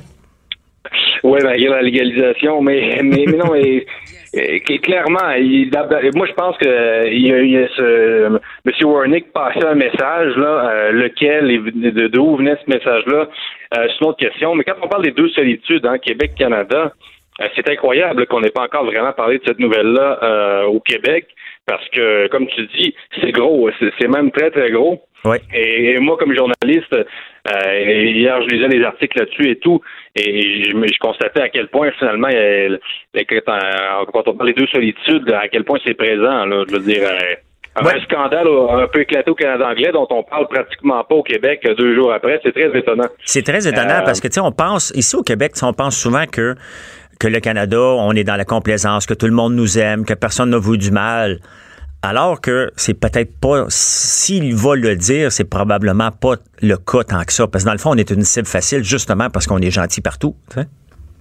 Oui, malgré la légalisation, mais, mais, mais non, mais... Clairement, il, moi je pense que il y a, il y a ce M. Warnick passait un message là, euh, lequel et de, de où venait ce message-là, euh, c'est une autre question. Mais quand on parle des deux solitudes, hein, Québec-Canada, euh, c'est incroyable qu'on n'ait pas encore vraiment parlé de cette nouvelle-là euh, au Québec, parce que comme tu dis, c'est gros, c'est, c'est même très très gros. Ouais. Et, et moi, comme journaliste, euh, hier, je lisais les articles là-dessus et tout, et je, je constatais à quel point, finalement, il y a, quand on parle des deux solitudes, à quel point c'est présent, là, je veux dire, euh, ouais. un scandale un peu éclaté au Canada anglais dont on parle pratiquement pas au Québec deux jours après, c'est très étonnant. C'est très étonnant euh, parce que, tu sais, on pense, ici au Québec, on pense souvent que, que le Canada, on est dans la complaisance, que tout le monde nous aime, que personne n'a voulu du mal. Alors que c'est peut-être pas, s'il va le dire, c'est probablement pas le cas tant que ça. Parce que dans le fond, on est une cible facile justement parce qu'on est gentil partout. Tu sais?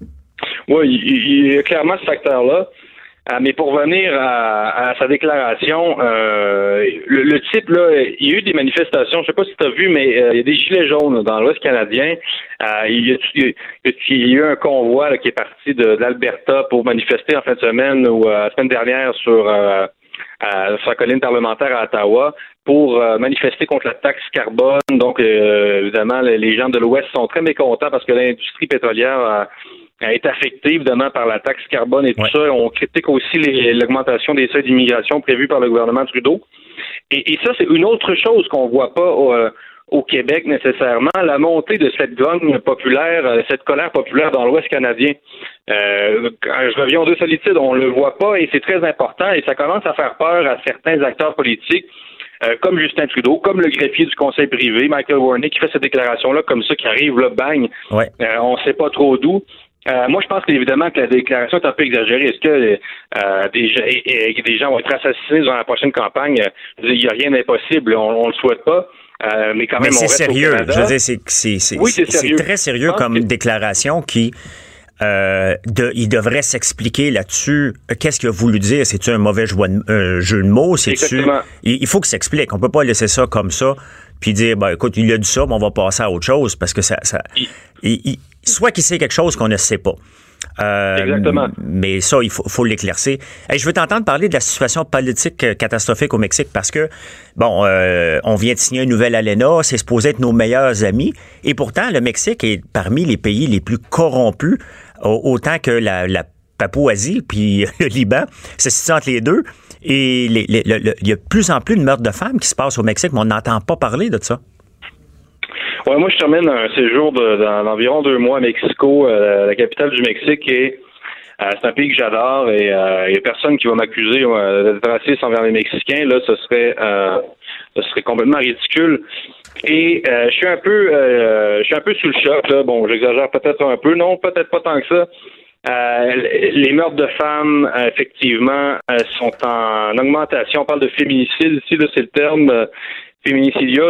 Oui, il y a clairement ce facteur-là. Euh, mais pour revenir à, à sa déclaration, euh, le, le type, là, il y a eu des manifestations, je sais pas si tu as vu, mais euh, il y a des gilets jaunes dans l'Ouest canadien. Euh, il, y a, il, y a, il y a eu un convoi là, qui est parti de, de l'Alberta pour manifester en fin de semaine ou euh, la semaine dernière sur... Euh, Euh, sur la colline parlementaire à Ottawa pour euh, manifester contre la taxe carbone. Donc, euh, évidemment, les, les gens de l'Ouest sont très mécontents parce que l'industrie pétrolière a, a été affectée, évidemment, par la taxe carbone et tout ouais. ça. On critique aussi les, l'augmentation des seuils d'immigration prévus par le gouvernement Trudeau. Et, et ça, c'est une autre chose qu'on voit pas euh, au Québec nécessairement, la montée de cette grogne populaire, cette colère populaire dans l'Ouest canadien. Euh, je reviens aux deux solitudes, on le voit pas et c'est très important et ça commence à faire peur à certains acteurs politiques euh, comme Justin Trudeau, comme le greffier du conseil privé, Michael Warnick, qui fait cette déclaration-là comme ça, qui arrive là, bang, ouais. euh, on sait pas trop d'où. Euh, moi, je pense évidemment que la déclaration est un peu exagérée. Est-ce que euh, des, et, et, des gens vont être assassinés dans la prochaine campagne? Il n'y a rien d'impossible, on, on le souhaite pas. Euh, mais quand même, mais on c'est reste sérieux. au Canada. Je veux dire, c'est, c'est, c'est, oui, c'est, c'est très sérieux comme que... déclaration qui, euh, de, il devrait s'expliquer là-dessus. Qu'est-ce qu'il a voulu dire? C'est-tu un mauvais jeu de, euh, jeu de mots? C'est-tu... Il, il faut qu'il s'explique. On peut pas laisser ça comme ça puis dire, ben, écoute, il a dit ça, mais on va passer à autre chose parce que ça, ça il... Il, il, soit qu'il sait quelque chose qu'on ne sait pas. Euh, Exactement. Mais ça, il faut, faut l'éclaircir. Hey, je veux t'entendre parler de la situation politique catastrophique au Mexique parce que, bon, euh, on vient de signer un nouvel A L E N A, c'est supposé être nos meilleurs amis, et pourtant, le Mexique est parmi les pays les plus corrompus, autant que la, la Papouasie, puis le Liban, c'est situé entre les deux, et les, les, le, le, il y a de plus en plus de meurtres de femmes qui se passent au Mexique, mais on n'entend pas parler de ça. Ouais, moi, je termine un séjour de, dans, d'environ deux mois à Mexico, euh, la capitale du Mexique, et euh, c'est un pays que j'adore, et il euh, n'y a personne qui va m'accuser euh, d'être raciste envers les Mexicains. Là, ce serait, euh, ce serait complètement ridicule. Et euh, je suis un peu, euh, je suis un peu sous le choc. Là. Bon, j'exagère peut-être un peu, non, peut-être pas tant que ça. Euh, les meurtres de femmes, euh, effectivement, euh, sont en augmentation. On parle de féminicide ici, là, c'est le terme, euh, féminicidios.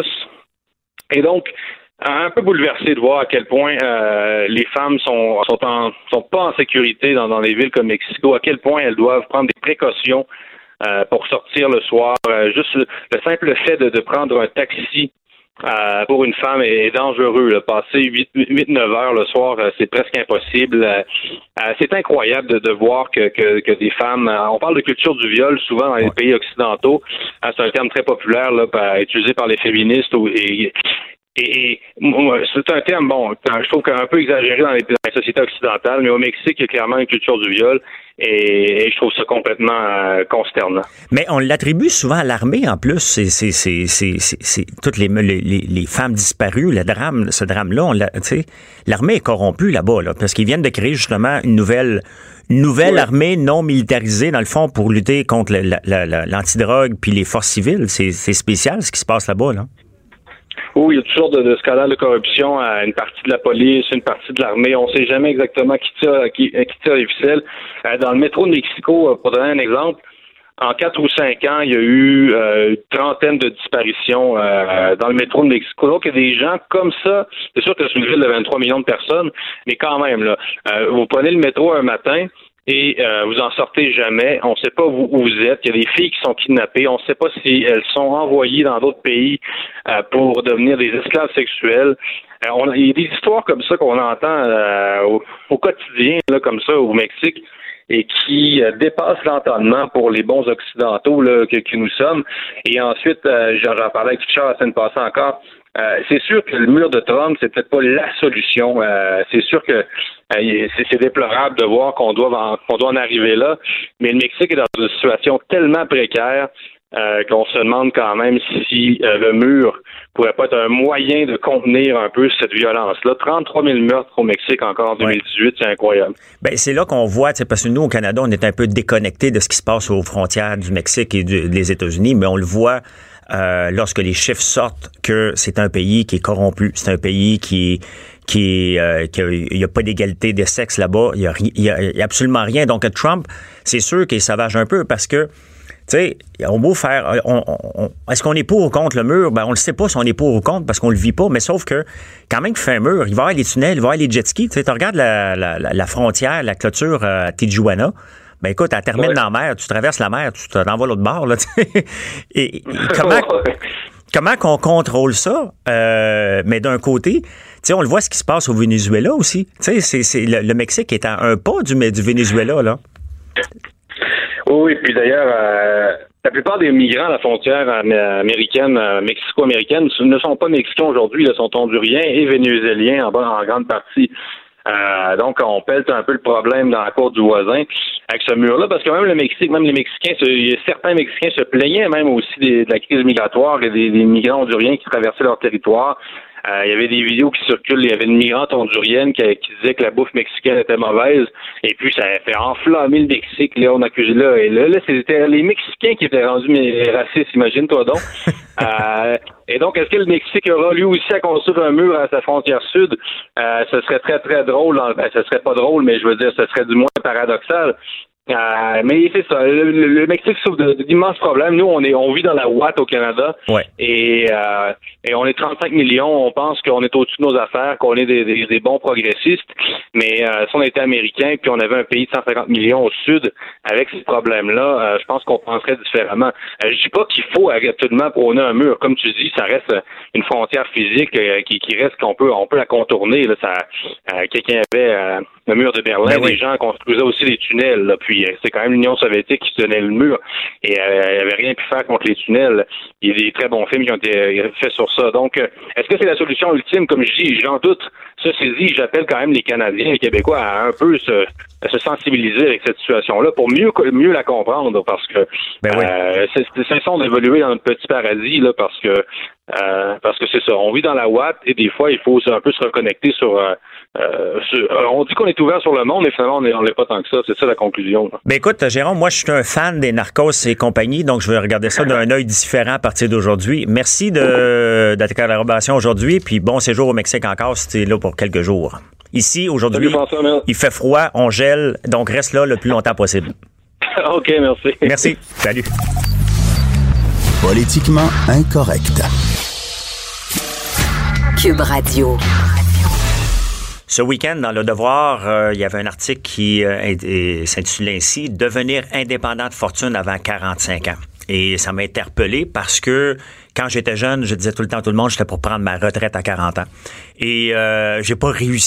Et donc, un peu bouleversé de voir à quel point euh, les femmes sont sont en sont pas en sécurité dans, dans les villes comme Mexico, à quel point elles doivent prendre des précautions euh, pour sortir le soir. Euh, juste le, le simple fait de, de prendre un taxi euh, pour une femme est, est dangereux. Là. Passer huit neuf heures le soir, euh, c'est presque impossible. Euh, euh, c'est incroyable de, de voir que, que, que des femmes... Euh, on parle de culture du viol souvent dans les pays occidentaux. Euh, c'est un terme très populaire là, par, utilisé par les féministes. Où, et, Et, et moi, c'est un terme, bon, je trouve qu'un peu exagéré dans les, dans les sociétés occidentales, mais au Mexique, il y a clairement une culture du viol, et, et je trouve ça complètement euh, consternant. Mais on l'attribue souvent à l'armée, en plus. C'est, c'est, c'est, c'est, c'est, c'est toutes les, les, les femmes disparues, le drame, ce drame-là, on l'a, tu sais, l'armée est corrompue là-bas, là, parce qu'ils viennent de créer justement une nouvelle... Une nouvelle ouais. armée non militarisée, dans le fond, pour lutter contre la, la, la, l'antidrogue puis les forces civiles. C'est, c'est spécial ce qui se passe là-bas, là. Oui, il y a toujours de, de scandales de corruption à une partie de la police, une partie de l'armée. On ne sait jamais exactement qui tire, qui, qui tire les ficelles. Dans le métro de Mexico, pour donner un exemple, en quatre ou cinq ans, il y a eu euh, une trentaine de disparitions euh, dans le métro de Mexico. Donc, il y a des gens comme ça. C'est sûr que c'est une ville de vingt-trois millions de personnes, mais quand même, là, euh, vous prenez le métro un matin et euh, vous en sortez jamais. On ne sait pas où, où vous êtes. Il y a des filles qui sont kidnappées. On ne sait pas si elles sont envoyées dans d'autres pays euh, pour devenir des esclaves sexuels. Euh, on, il y a des histoires comme ça qu'on entend euh, au, au quotidien, là, comme ça, au Mexique, et qui euh, dépasse l'entendement pour les bons occidentaux là, que, que nous sommes. Et ensuite, euh, j'en, j'en parlais avec Richard la semaine passée encore, euh, c'est sûr que le mur de Trump, c'est peut-être pas la solution. Euh, c'est sûr que euh, c'est, c'est déplorable de voir qu'on doit, en, qu'on doit en arriver là, mais le Mexique est dans une situation tellement précaire euh, qu'on se demande quand même si euh, le mur pourrait pas être un moyen de contenir un peu cette violence-là. trente-trois mille meurtres au Mexique encore en deux mille dix-huit, ouais. C'est incroyable. Ben c'est là qu'on voit, parce que nous, au Canada, on est un peu déconnectés de ce qui se passe aux frontières du Mexique et du, des États-Unis, mais on le voit euh, lorsque les chiffres sortent que c'est un pays qui est corrompu, c'est un pays qui qui euh, il y a pas d'égalité de sexe là-bas, il y a, y a, y a absolument rien. Donc Trump, c'est sûr qu'il savage un peu parce que tu sais, on beau faire, on, on, est-ce qu'on est pour ou contre le mur? Ben, on le sait pas si on est pour ou contre parce qu'on le vit pas, mais sauf que, quand même qu'il fait un mur, il va y avoir les tunnels, il va y avoir les jet skis. Tu sais, tu regardes la, la, la frontière, la clôture à Tijuana. Ben, écoute, elle termine ouais. dans la mer, tu traverses la mer, tu t'en vas l'autre bord, là, tu sais. Et, et comment, comment qu'on contrôle ça? Euh, mais d'un côté, tu sais, on le voit ce qui se passe au Venezuela aussi. Tu sais, c'est, c'est, le, le Mexique est à un pas du, du Venezuela, là. Oui, puis d'ailleurs, euh, la plupart des migrants à la frontière américaine, euh, mexico-américaine, ne sont pas mexicains aujourd'hui, ils sont honduriens et vénézuéliens en, en grande partie. Euh, donc, on pète un peu le problème dans la cour du voisin avec ce mur-là, parce que même le Mexique, même les Mexicains, se, certains Mexicains se plaignaient même aussi des, de la crise migratoire et des, des migrants honduriens qui traversaient leur territoire. Euh, il y avait des vidéos qui circulent, il y avait une migrante hondurienne qui, qui disait que la bouffe mexicaine était mauvaise, et puis ça a fait enflammer le Mexique, là, on accusait là, et là, là, c'était les Mexicains qui étaient rendus racistes, imagine-toi donc. euh, et donc, est-ce que le Mexique aura lui aussi à construire un mur à sa frontière sud? Euh, ce serait très, très drôle, ben, ce serait pas drôle, mais je veux dire, ce serait du moins paradoxal. Euh, mais c'est ça, le, le Mexique souffre de, de, d'immenses problèmes. Nous, on est, on vit dans la ouate au Canada, ouais. et, euh, et on est trente-cinq millions. On pense qu'on est au-dessus de nos affaires, qu'on est des, des, des bons progressistes. Mais euh, si on était américain, puis on avait un pays de cent cinquante millions au sud, avec ces problèmes-là, euh, je pense qu'on penserait différemment. Euh, je dis pas qu'il faut absolument prôner un mur. Comme tu dis, ça reste une frontière physique euh, qui, qui reste qu'on peut, on peut la contourner. Là, ça, euh, quelqu'un avait euh, le mur de Berlin, ben oui. Des gens construisaient aussi des tunnels. Là, puis c'est quand même l'Union soviétique qui tenait le mur et euh, elle n'avait rien pu faire contre les tunnels. Il y a des très bons films qui ont été faits sur ça. Donc, euh, est-ce que c'est la solution ultime? Comme je dis, j'en doute. Ceci dit, j'appelle quand même les Canadiens et les Québécois à un peu se, à se sensibiliser avec cette situation-là pour mieux mieux la comprendre, parce que ben oui. euh, c'est, c'est façon d'évoluer dans notre petit paradis, là, parce que euh, parce que c'est ça. On vit dans la ouate et des fois, il faut un peu se reconnecter sur... Euh, Euh, on dit qu'on est ouvert sur le monde, mais finalement, on n'est pas tant que ça. C'est ça la conclusion. Là. Ben écoute, Jérôme, moi, je suis un fan des Narcos et compagnie, donc je vais regarder ça d'un œil différent à partir d'aujourd'hui. Merci de, de ta collaboration aujourd'hui, puis bon séjour au Mexique encore si tu es là pour quelques jours. Ici, aujourd'hui, Salut, François, il fait froid, on gèle, donc reste là le plus longtemps possible. OK, merci. Merci. Salut. Politiquement incorrect. Cube Radio. Ce week-end, dans Le Devoir, euh, il y avait un article qui euh, s'intitulait ainsi « Devenir indépendant de fortune avant quarante-cinq ans ». Et ça m'a interpellé parce que quand j'étais jeune, je disais tout le temps à tout le monde, j'étais pour prendre ma retraite à quarante ans. Et euh, j'ai pas réussi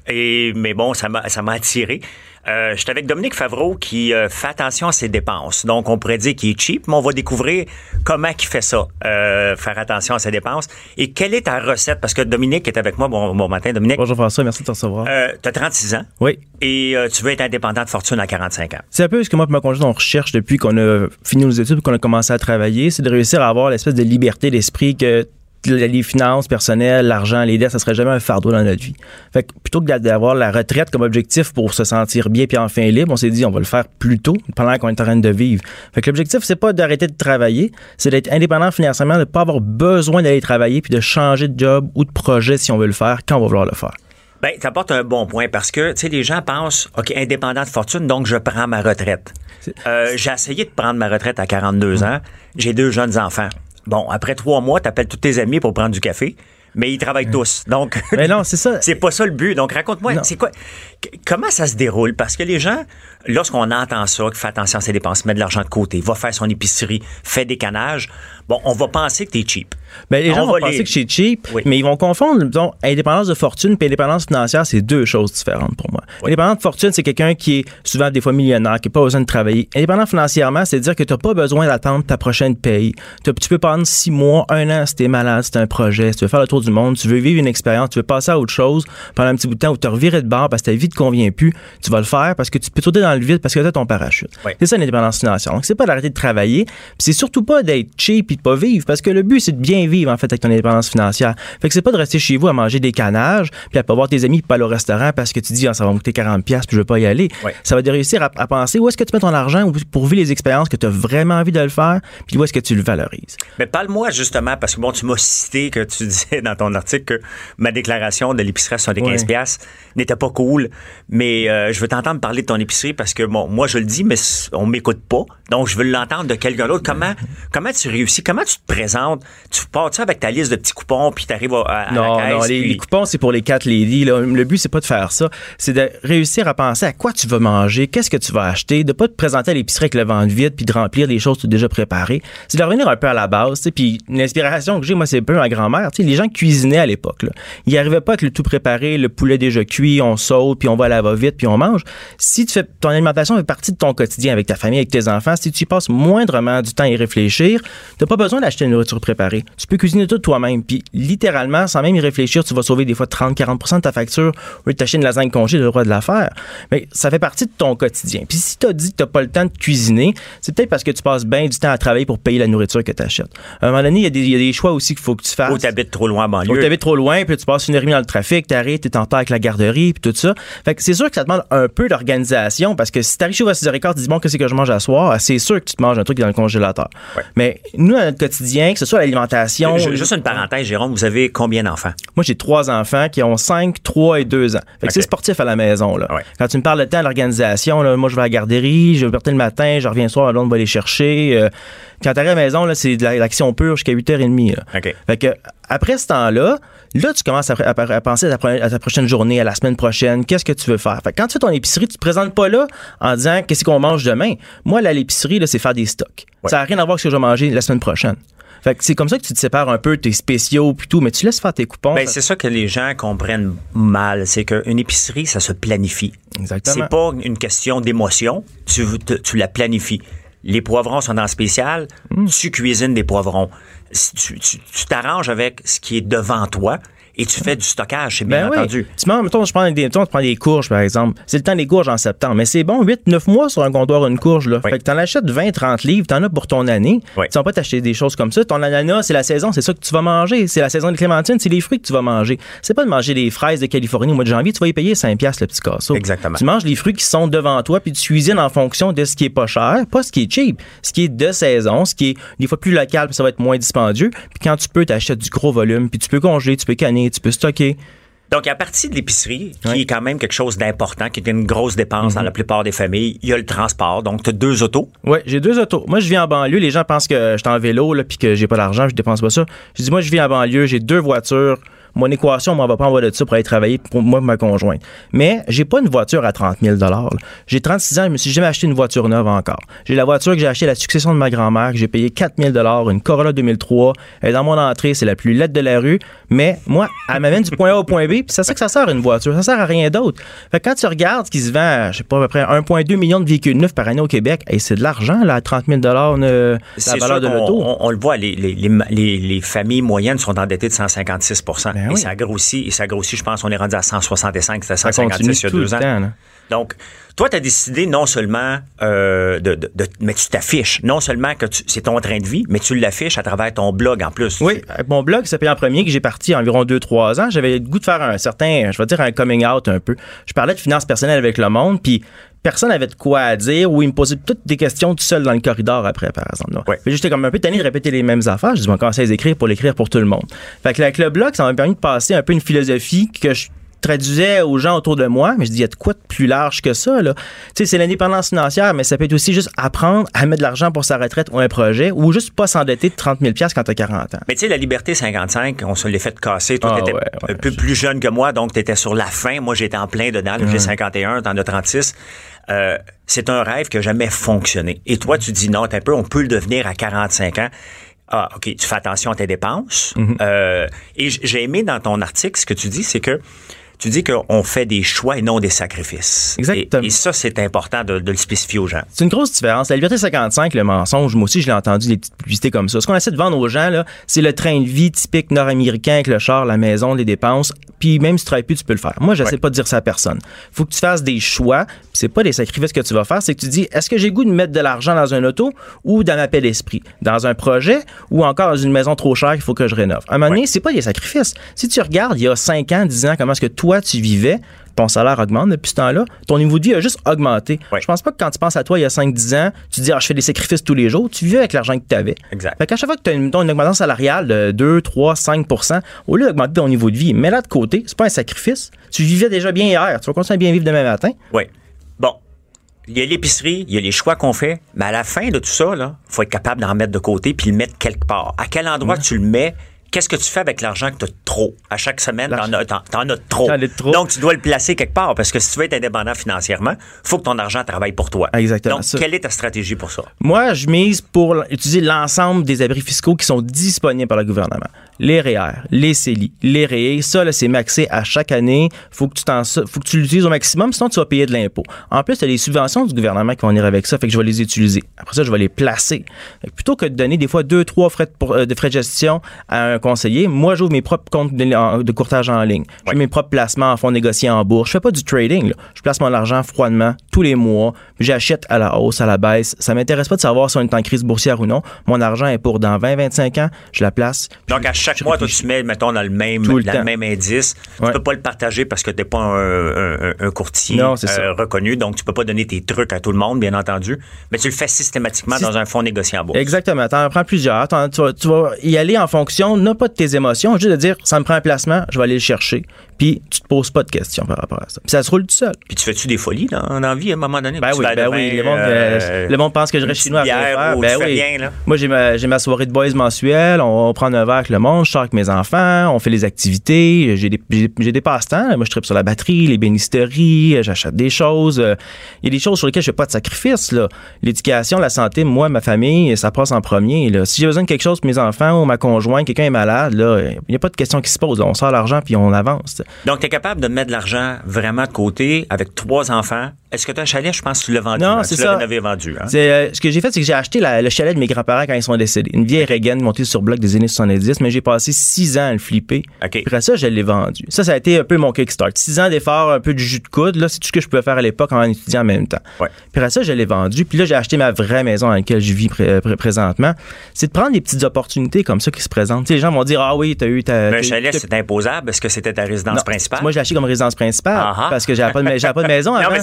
Et, mais bon, ça m'a, ça m'a attiré. Euh, j'étais avec Dominique Favreau qui euh, fait attention à ses dépenses. Donc, on pourrait dire qu'il est cheap, mais on va découvrir comment il fait ça, euh, faire attention à ses dépenses. Et quelle est ta recette? Parce que Dominique est avec moi. Bon, bon matin, Dominique. Bonjour François, merci de te recevoir. Euh, tu as trente-six ans. Oui. Et euh, tu veux être indépendant de fortune à quarante-cinq ans. C'est un peu ce que moi et ma conjointe, on recherche depuis qu'on a fini nos études et qu'on a commencé à travailler. C'est de réussir à avoir l'espèce de liberté d'esprit que les finances personnelles, l'argent, les dettes, ça serait jamais un fardeau dans notre vie. Fait que plutôt que d'avoir la retraite comme objectif pour se sentir bien puis enfin libre, on s'est dit on va le faire plus tôt pendant qu'on est en train de vivre. Fait que l'objectif, c'est pas d'arrêter de travailler, c'est d'être indépendant financièrement, de pas avoir besoin d'aller travailler puis de changer de job ou de projet si on veut le faire quand on va vouloir le faire. Ben, t'apportes un bon point parce que, tu sais, les gens pensent, OK, indépendant de fortune, donc je prends ma retraite. Euh, j'ai essayé de prendre ma retraite à quarante-deux ans. J'ai deux jeunes enfants. Bon, après trois mois, t'appelles tous tes amis pour prendre du café, mais ils travaillent tous. Donc, mais non, c'est ça. C'est pas ça le but. Donc, raconte-moi, non. c'est quoi, comment ça se déroule? Parce que les gens, lorsqu'on entend ça, qu'il fait attention à ses dépenses, met de l'argent de côté, va faire son épicerie, fait des canages, bon, on va penser que t'es cheap. Ben, les gens on vont va penser les... que je suis cheap, oui. mais ils vont confondre, disons, indépendance de fortune et indépendance financière, c'est deux choses différentes pour moi. Oui. Indépendance de fortune, c'est quelqu'un qui est souvent des fois millionnaire, qui n'a pas besoin de travailler. Indépendant financièrement, c'est dire que tu n'as pas besoin d'attendre ta prochaine paye. Tu peux prendre six mois, un an si tu es malade, si tu as un projet, si tu veux faire le tour du monde, tu veux vivre une expérience, tu veux passer à autre chose pendant un petit bout de temps où tu as reviré de bord parce que ta vie ne te convient plus, tu vas le faire parce que tu peux sauter dans le vide parce que tu as ton parachute. Oui. C'est ça l'indépendance financière. Donc, c'est pas d'arrêter de travailler, puis c'est surtout pas d'être cheap et de pas vivre parce que le but, c'est de bien vivre en fait avec ton indépendance financière. Fait que c'est pas de rester chez vous à manger des canages puis à pas voir tes amis puis pas aller au restaurant parce que tu dis ah, ça va me coûter quarante dollars puis je veux pas y aller. Ouais. Ça va de réussir à, à penser où est-ce que tu mets ton argent pour vivre les expériences que tu as vraiment envie de le faire puis où est-ce que tu le valorises. Mais parle-moi justement parce que bon tu m'as cité que tu disais dans ton article que ma déclaration de l'épicerie à soixante-quinze dollars ouais. n'était pas cool, mais euh, je veux t'entendre parler de ton épicerie parce que bon moi je le dis mais on m'écoute pas. Donc je veux l'entendre de quelqu'un d'autre. Comment comment tu réussis, comment tu te présentes, tu pars-tu avec ta liste de petits coupons puis tu arrives à, à non, la caisse. Non, les, puis... les coupons, c'est pour les quatre ladies. Là. Le but, c'est pas de faire ça. C'est de réussir à penser à quoi tu vas manger, qu'est-ce que tu vas acheter, de pas te présenter à l'épicerie avec le ventre vide puis de remplir des choses que tu as déjà préparées. C'est de revenir un peu à la base. Puis l'inspiration que j'ai, moi, c'est un peu ma grand-mère. T'sais, les gens cuisinaient à l'époque. Là. Ils n'arrivaient pas avec le tout préparé, le poulet déjà cuit, on saute, puis on va à la va-vite, puis on mange. Si tu fais, ton alimentation fait partie de ton quotidien avec ta famille, avec tes enfants, si tu y passes moindrement du temps à y réfléchir, t'as pas besoin d'acheter une nourriture préparée. Tu peux cuisiner tout toi-même. Puis littéralement, sans même y réfléchir, tu vas sauver des fois trente à quarante pour cent de ta facture au lieu de t'acheter une lasagne congé, le droit de la faire. Mais ça fait partie de ton quotidien. Puis si tu as dit que tu n'as pas le temps de cuisiner, c'est peut-être parce que tu passes bien du temps à travailler pour payer la nourriture que tu achètes. À un moment donné, il y, y a des choix aussi qu'il faut que tu fasses. Ou tu habites trop loin en banlieue. Ou tu habites trop loin, puis tu passes une heure et demie dans le trafic, tu arrêtes, tu es en retard avec la garderie, puis tout ça. Fait que c'est sûr que ça demande un peu d'organisation parce que si tu arrives chez vous à six heures quinze, tu dis bon, qu'est-ce que je mange à soir, c'est sûr que tu te manges un truc dans le congélateur. Ouais. Mais nous, dans notre quotidien, que ce soit l'alimentation. Je, juste une parenthèse, Jérôme, vous avez combien d'enfants? Moi, j'ai trois enfants qui ont cinq, trois et deux ans. Fait que okay. C'est sportif à la maison, là. Ouais. Quand tu me parles de temps, l'organisation, là, moi, je vais à la garderie, je vais partir le matin, je reviens le soir, l'autre va les chercher. Euh, quand tu arrives à la maison, là, c'est de l'action pure jusqu'à huit heures trente. Là. Okay. Fait que, après ce temps-là, là, tu commences à, à, à penser à ta, à ta prochaine journée, à la semaine prochaine, qu'est-ce que tu veux faire? Fait que quand tu fais ton épicerie, tu te présentes pas là en disant qu'est-ce qu'on mange demain. Moi, là, l'épicerie, là, c'est faire des stocks. Ouais. Ça n'a rien à voir avec ce que je vais manger la semaine prochaine. Fait que c'est comme ça que tu te sépares un peu tes spéciaux puis tout, mais tu laisses faire tes coupons. Ben, ça... c'est ça que les gens comprennent mal. C'est qu'une épicerie, ça se planifie. Exactement. C'est pas une question d'émotion. Tu, tu la planifies. Les poivrons sont en spécial. Mmh. Tu cuisines des poivrons. Tu, tu, tu t'arranges avec ce qui est devant toi. Et tu fais du stockage, c'est bien ben entendu. Oui. Tu manges, mettons, je prends des, mettons, tu prends des courges, par exemple. C'est le temps des courges en septembre. Mais c'est bon, huit neuf mois sur un comptoir, une courge, là. Oui. Fait que t'en achètes vingt trente livres, t'en as pour ton année. Oui. Tu vas pas t'acheter des choses comme ça. Ton ananas, c'est la saison, c'est ça que tu vas manger. C'est la saison des clémentines, c'est les fruits que tu vas manger. C'est pas de manger des fraises de Californie au mois de janvier, tu vas y payer cinq piastres le petit casseau. Exactement. Tu manges les fruits qui sont devant toi, puis tu cuisines en fonction de ce qui est pas cher, pas ce qui est cheap, ce qui est de saison, ce qui est des fois plus local, puis ça va être moins dispendieux. Puis quand tu peux, t'achètes du gros volume, puis tu peux congeler, tu peux canner, tu peux stocker. Donc, à partir de l'épicerie, qui oui. est quand même quelque chose d'important, qui est une grosse dépense mm-hmm. dans la plupart des familles, il y a le transport. Donc, tu as deux autos. Oui, j'ai deux autos. Moi, je vis en banlieue. Les gens pensent que je suis en vélo là, puis que j'ai pas d'argent, je dépense pas ça. Je dis, moi, je vis en banlieue, j'ai deux voitures. mon équation m'en va pas en bas de ça pour aller travailler pour moi et ma conjointe. Mais j'ai pas une voiture à trente mille dollars. J'ai trente-six ans, je me suis jamais acheté une voiture neuve encore. J'ai la voiture que j'ai achetée à la succession de ma grand-mère, que j'ai payé quatre mille dollars, une Corolla deux mille trois. Elle est dans mon entrée, c'est la plus laide de la rue. Mais moi, elle m'amène du point A au point B, puis c'est ça que ça sert une voiture. Ça sert à rien d'autre. Fait que quand tu regardes ce qui se vend, je sais pas, à peu près un virgule deux million de véhicules neufs par année au Québec, et c'est de l'argent, là, à trente mille dollars la valeur de l'auto. On, on le voit, les, les, les, les familles moyennes sont endettées de cent cinquante-six pour cent. Ben et oui. ça grossit, et ça grossit, je pense, on est rendu à cent soixante-cinq, c'était cent cinquante-six il y a deux ans. Temps, donc, toi, tu as décidé non seulement euh, de, de, de... Mais tu t'affiches. Non seulement que tu, c'est ton train de vie, mais tu l'affiches à travers ton blog en plus. Oui, avec mon blog, ça fait en premier que j'ai parti il y a environ deux trois ans. J'avais le goût de faire un certain, je vais dire, un coming out un peu. Je parlais de finances personnelles avec le monde, puis personne n'avait de quoi à dire ou il me posait toutes des questions tout seul dans le corridor après, par exemple. Ouais. J'étais comme un peu tanné de répéter les mêmes affaires. Je dis, on va commencer à les écrire pour l'écrire pour tout le monde. Fait que avec le blog, ça m'a permis de passer un peu une philosophie que je traduisais aux gens autour de moi, mais je dis, il y a de quoi de plus large que ça, là. Tu sais, c'est l'indépendance financière, mais ça peut être aussi juste apprendre à mettre de l'argent pour sa retraite ou un projet, ou juste pas s'endetter de trente mille dollars quand t'as quarante ans. Mais tu sais, la Liberté cinquante-cinq, on se l'est fait casser. Toi, ah, t'étais ouais, ouais, un peu je... plus jeune que moi, donc t'étais sur la fin. Moi, j'étais en plein dedans. Mmh. J'ai cinquante et un, t'en as trente-six. Euh, c'est un rêve qui n'a jamais fonctionné. Et toi, tu dis, non, t'es un peu, on peut le devenir à quarante-cinq ans. Ah, OK, tu fais attention à tes dépenses. Mmh. Euh, et j'ai aimé dans ton article, ce que tu dis, c'est que tu dis qu'on fait des choix et non des sacrifices. Exactement. Et, et ça, c'est important de, de le spécifier aux gens. C'est une grosse différence. La Liberté cinquante-cinq, le mensonge, moi aussi, je l'ai entendu, des petites publicités comme ça. Ce qu'on essaie de vendre aux gens, là, c'est le train de vie typique nord-américain avec le char, la maison, les dépenses. Puis même si tu travailles plus, tu peux le faire. Moi, j'essaie ouais. pas de dire ça à personne. Faut que tu fasses des choix. Puis c'est pas des sacrifices que tu vas faire. C'est que tu dis, est-ce que j'ai goût de mettre de l'argent dans un auto ou dans ma paix d'esprit? Dans un projet ou encore dans une maison trop chère qu'il faut que je rénove? À un moment donné, ouais. c'est pas des sacrifices. Si tu regardes, il y a cinq ans, dix ans, comment est-ce que toi, tu vivais, ton salaire augmente depuis ce temps-là, ton niveau de vie a juste augmenté. Oui. Je pense pas que quand tu penses à toi il y a cinq dix ans, tu te dis, ah, je fais des sacrifices tous les jours, tu vivais avec l'argent que tu avais. Exact. Fait qu'à chaque fois que tu as une, une augmentation salariale de deux, trois, cinq pour cent, au lieu d'augmenter ton niveau de vie, mets-la de côté, c'est pas un sacrifice. Tu vivais déjà bien hier, tu vas continuer à bien vivre demain matin. Oui. Bon. Il y a l'épicerie, il y a les choix qu'on fait, mais à la fin de tout ça, il faut être capable d'en mettre de côté puis le mettre quelque part. À quel endroit mmh. tu le mets? Qu'est-ce que tu fais avec l'argent que tu as trop? À chaque semaine, t'en as, t'en, t'en as trop. trop. Donc, tu dois le placer quelque part parce que si tu veux être indépendant financièrement, il faut que ton argent travaille pour toi. Exactement. Donc, ça. Quelle est ta stratégie pour ça? Moi, je mise pour utiliser l'ensemble des abris fiscaux qui sont disponibles par le gouvernement. Les R E E R, les C E L I, les R E E, ça, là, c'est maxé à chaque année. Faut que tu t'en, faut que tu l'utilises au maximum, sinon tu vas payer de l'impôt. En plus, tu as les subventions du gouvernement qui vont venir avec ça, fait que je vais les utiliser. Après ça, je vais les placer. Fait que plutôt que de donner des fois deux, trois frais de, pour, de frais de gestion à un conseiller, moi, j'ouvre mes propres comptes de, de courtage en ligne. Je fais ouais. mes propres placements en fonds négociés en bourse. Je fais pas du trading, là. Je place mon argent froidement tous les mois. J'achète à la hausse, à la baisse. Ça m'intéresse pas de savoir si on est en crise boursière ou non. Mon argent est pour dans vingt, vingt-cinq ans. Je la place. Donc, à chaque mois, toi, tu mets, mettons, dans le même, dans le même indice. Ouais. Tu peux pas le partager parce que t'es pas un, un, un courtier non, euh, reconnu. Donc, tu peux pas donner tes trucs à tout le monde, bien entendu. Mais tu le fais systématiquement dans un fonds négocié en bourse. Exactement. T'en prends plusieurs. T'en, tu, vas, tu vas y aller en fonction, non pas de tes émotions, juste de dire, ça me prend un placement, je vais aller le chercher. Puis, tu te poses pas de questions par rapport à ça. Puis, ça se roule tout seul. Puis, tu fais-tu des folies dans, dans la vie à un moment donné? Ben oui, ben oui. Le monde, euh, le monde pense que je reste chinois à faire. Ben oui. Rien, là. Moi, j'ai ma, j'ai ma soirée de boys mensuelle. On, on prend un verre avec le monde. Je sors avec mes enfants. On fait les activités. J'ai des, j'ai, j'ai des passe-temps. Moi, je tripe sur la batterie, les bénisteries. J'achète des choses. Il y a des choses sur lesquelles je fais pas de sacrifice, là. L'éducation, la santé, moi, ma famille, ça passe en premier, là. Si j'ai besoin de quelque chose pour mes enfants ou ma conjointe, quelqu'un est malade, là, il n'y a pas de question qui se pose. Là. On sort l'argent puis on avance. Donc, tu es capable de mettre de l'argent vraiment de côté avec trois enfants. Est-ce que tu as un chalet? Je pense que tu l'as vendu. Non, hein? c'est tu ça. Tu l'avais vendu. Hein? C'est, euh, ce que j'ai fait, c'est que j'ai acheté la, le chalet de mes grands-parents quand ils sont décédés. Une vieille Reagan montée sur bloc des années soixante-dix, mais j'ai passé six ans à le flipper. Okay. Puis après ça, je l'ai vendu. Ça, ça a été un peu mon kickstart. Six ans d'efforts, un peu du jus de coude. Là, c'est tout ce que je pouvais faire à l'époque en étudiant en même temps. Ouais. Puis après ça, je l'ai vendu. Puis là, j'ai acheté ma vraie maison dans laquelle je vis pré- pré- présentement. C'est de prendre des petites opportunités comme ça qui se présentent. T'sais, les gens vont dire, ah oui, t'as eu ta... Mais un chalet, t'as... c'est imposable. Est-ce que c'était ta résidence non, principale? Moi, je l'ai acheté comme résidence principale uh-huh. parce que j'avais pas de, j'avais pas de maison avant. Non, mais c'est,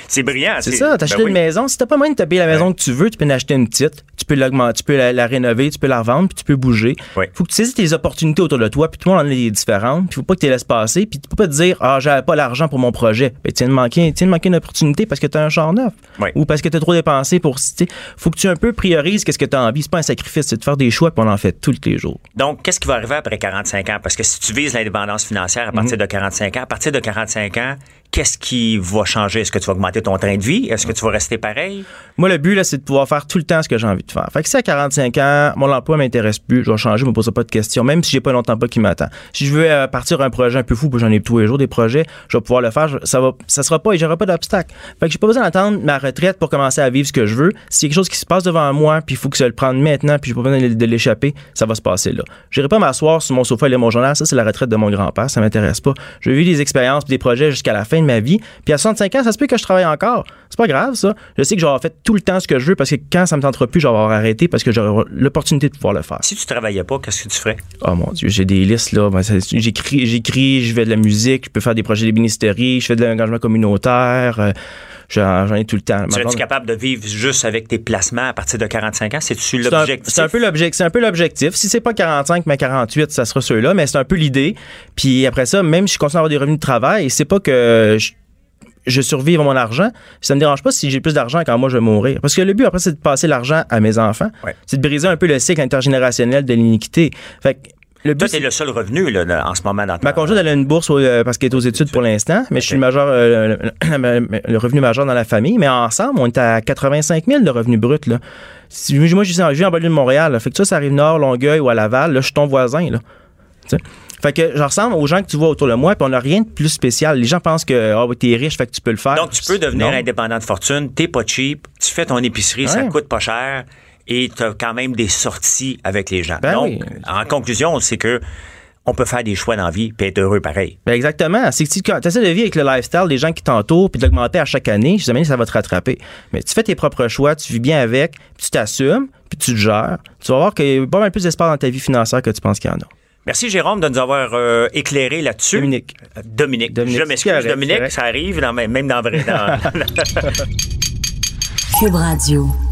C'est brillant. C'est, c'est ça, t'achètes ben une oui. maison. Si t'as pas moyen de te payer la maison ouais. que tu veux, tu peux en acheter une petite. Tu peux l'augmenter, tu peux la, la rénover, tu peux la revendre, puis tu peux bouger. Il ouais. faut que tu saisisses tes opportunités autour de toi, puis tout le monde en a des différentes. Puis faut pas que tu les laisses passer, puis tu peux pas te dire ah j'avais pas l'argent pour mon projet. Ben tu viens de manquer, tu viens de manquer une opportunité parce que t'as un char neuf ouais. ou parce que t'as trop dépensé pour. Faut que tu un peu priorises qu'est-ce que t'as envie. C'est pas un sacrifice, c'est de faire des choix, puis on en fait tous les jours. Donc qu'est-ce qui va arriver après quarante-cinq ans? Parce que si tu vises l'indépendance financière à partir mm-hmm. de quarante-cinq ans, à partir de quarante-cinq ans, qu'est-ce qui va changer? Est-ce que tu vas augmenter ton train de vie? Est-ce que tu vas rester pareil? Moi, le but, là, c'est de pouvoir faire tout le temps ce que j'ai envie de faire. Fait que si à quarante-cinq ans, mon emploi m'intéresse plus, je vais changer, je me pose pas de questions, même si j'ai pas longtemps pas qui m'attend. Si je veux euh, partir un projet un peu fou, puis j'en ai tous les jours des projets, je vais pouvoir le faire. Ça va, ça sera pas, et j'aurai pas d'obstacle. Fait que j'ai pas besoin d'attendre ma retraite pour commencer à vivre ce que je veux. Si y a quelque chose qui se passe devant moi, puis il faut que je le prenne maintenant, puis j'ai pas besoin de, de l'échapper, ça va se passer là. J'irai pas m'asseoir sur mon sofa et lire mon journal. Ça, c'est la retraite de mon grand-père. Ça m'intéresse pas. Je vais vivre des expériences, des projets jusqu'à la fin de ma vie. Puis à soixante-cinq ans, ça se peut que je travaille encore. C'est pas grave, ça. Je sais que j'aurai fait tout le temps ce que je veux parce que quand ça me tentera plus, je vais avoir arrêté parce que j'aurai l'opportunité de pouvoir le faire. Si tu travaillais pas, qu'est-ce que tu ferais? Oh mon Dieu, j'ai des listes, là. J'écris, j'écris, je fais de la musique, je peux faire des projets d'ébénisterie, je fais de l'engagement communautaire. Euh, J'en, j'en ai tout le temps. Serais-tu capable de vivre juste avec tes placements à partir de quarante-cinq ans? C'est-tu l'objectif? C'est un, c'est un peu l'objectif. C'est un peu l'objectif. Si c'est pas quarante-cinq, mais quarante-huit, ça sera ceux-là. Mais c'est un peu l'idée. Puis après ça, même si je continue à avoir des revenus de travail, c'est pas que je, je survive à mon argent. Ça me dérange pas si j'ai plus d'argent quand moi je vais mourir. Parce que le but après, c'est de passer l'argent à mes enfants. Ouais. C'est de briser un peu le cycle intergénérationnel de l'iniquité. Fait que Le but, Toi, t'es le seul revenu là, en ce moment dans ta... Ma conjointe, elle a une bourse euh, parce qu'elle est aux études pour l'instant, mais okay. je suis le, majeur, euh, le, le revenu majeur dans la famille. Mais ensemble, on est à quatre-vingt-cinq mille de revenus bruts. Là. Si, moi, je vis en, en banlieue de Montréal. Là. Fait que ça, ça arrive Nord, Longueuil ou à Laval. Là, je suis ton voisin. Là. T'sais? Fait que je ressemble aux gens que tu vois autour de moi, puis on n'a rien de plus spécial. Les gens pensent que oh, t'es riche, fait que tu peux le faire. Donc, tu peux devenir non. indépendant de fortune, t'es pas cheap, tu fais ton épicerie, ouais. ça coûte pas cher, et tu as quand même des sorties avec les gens. Ben Donc, oui. en conclusion, c'est que on peut faire des choix dans la vie puis être heureux pareil. Ben exactement. C'est que tu essaies de vivre avec le lifestyle des gens qui t'entourent puis de l'augmenter à chaque année, jamais ça va te rattraper. Mais tu fais tes propres choix, tu vis bien avec, puis tu t'assumes, puis tu te gères. Tu vas voir qu'il y a pas mal plus d'espace dans ta vie financière que tu penses qu'il y en a. Merci, Jérôme, de nous avoir euh, éclairé là-dessus. Dominique. Euh, Dominique. Dominique. Je m'excuse, correct, Dominique, ça arrive dans, même dans vrai. Dans... Cube Radio.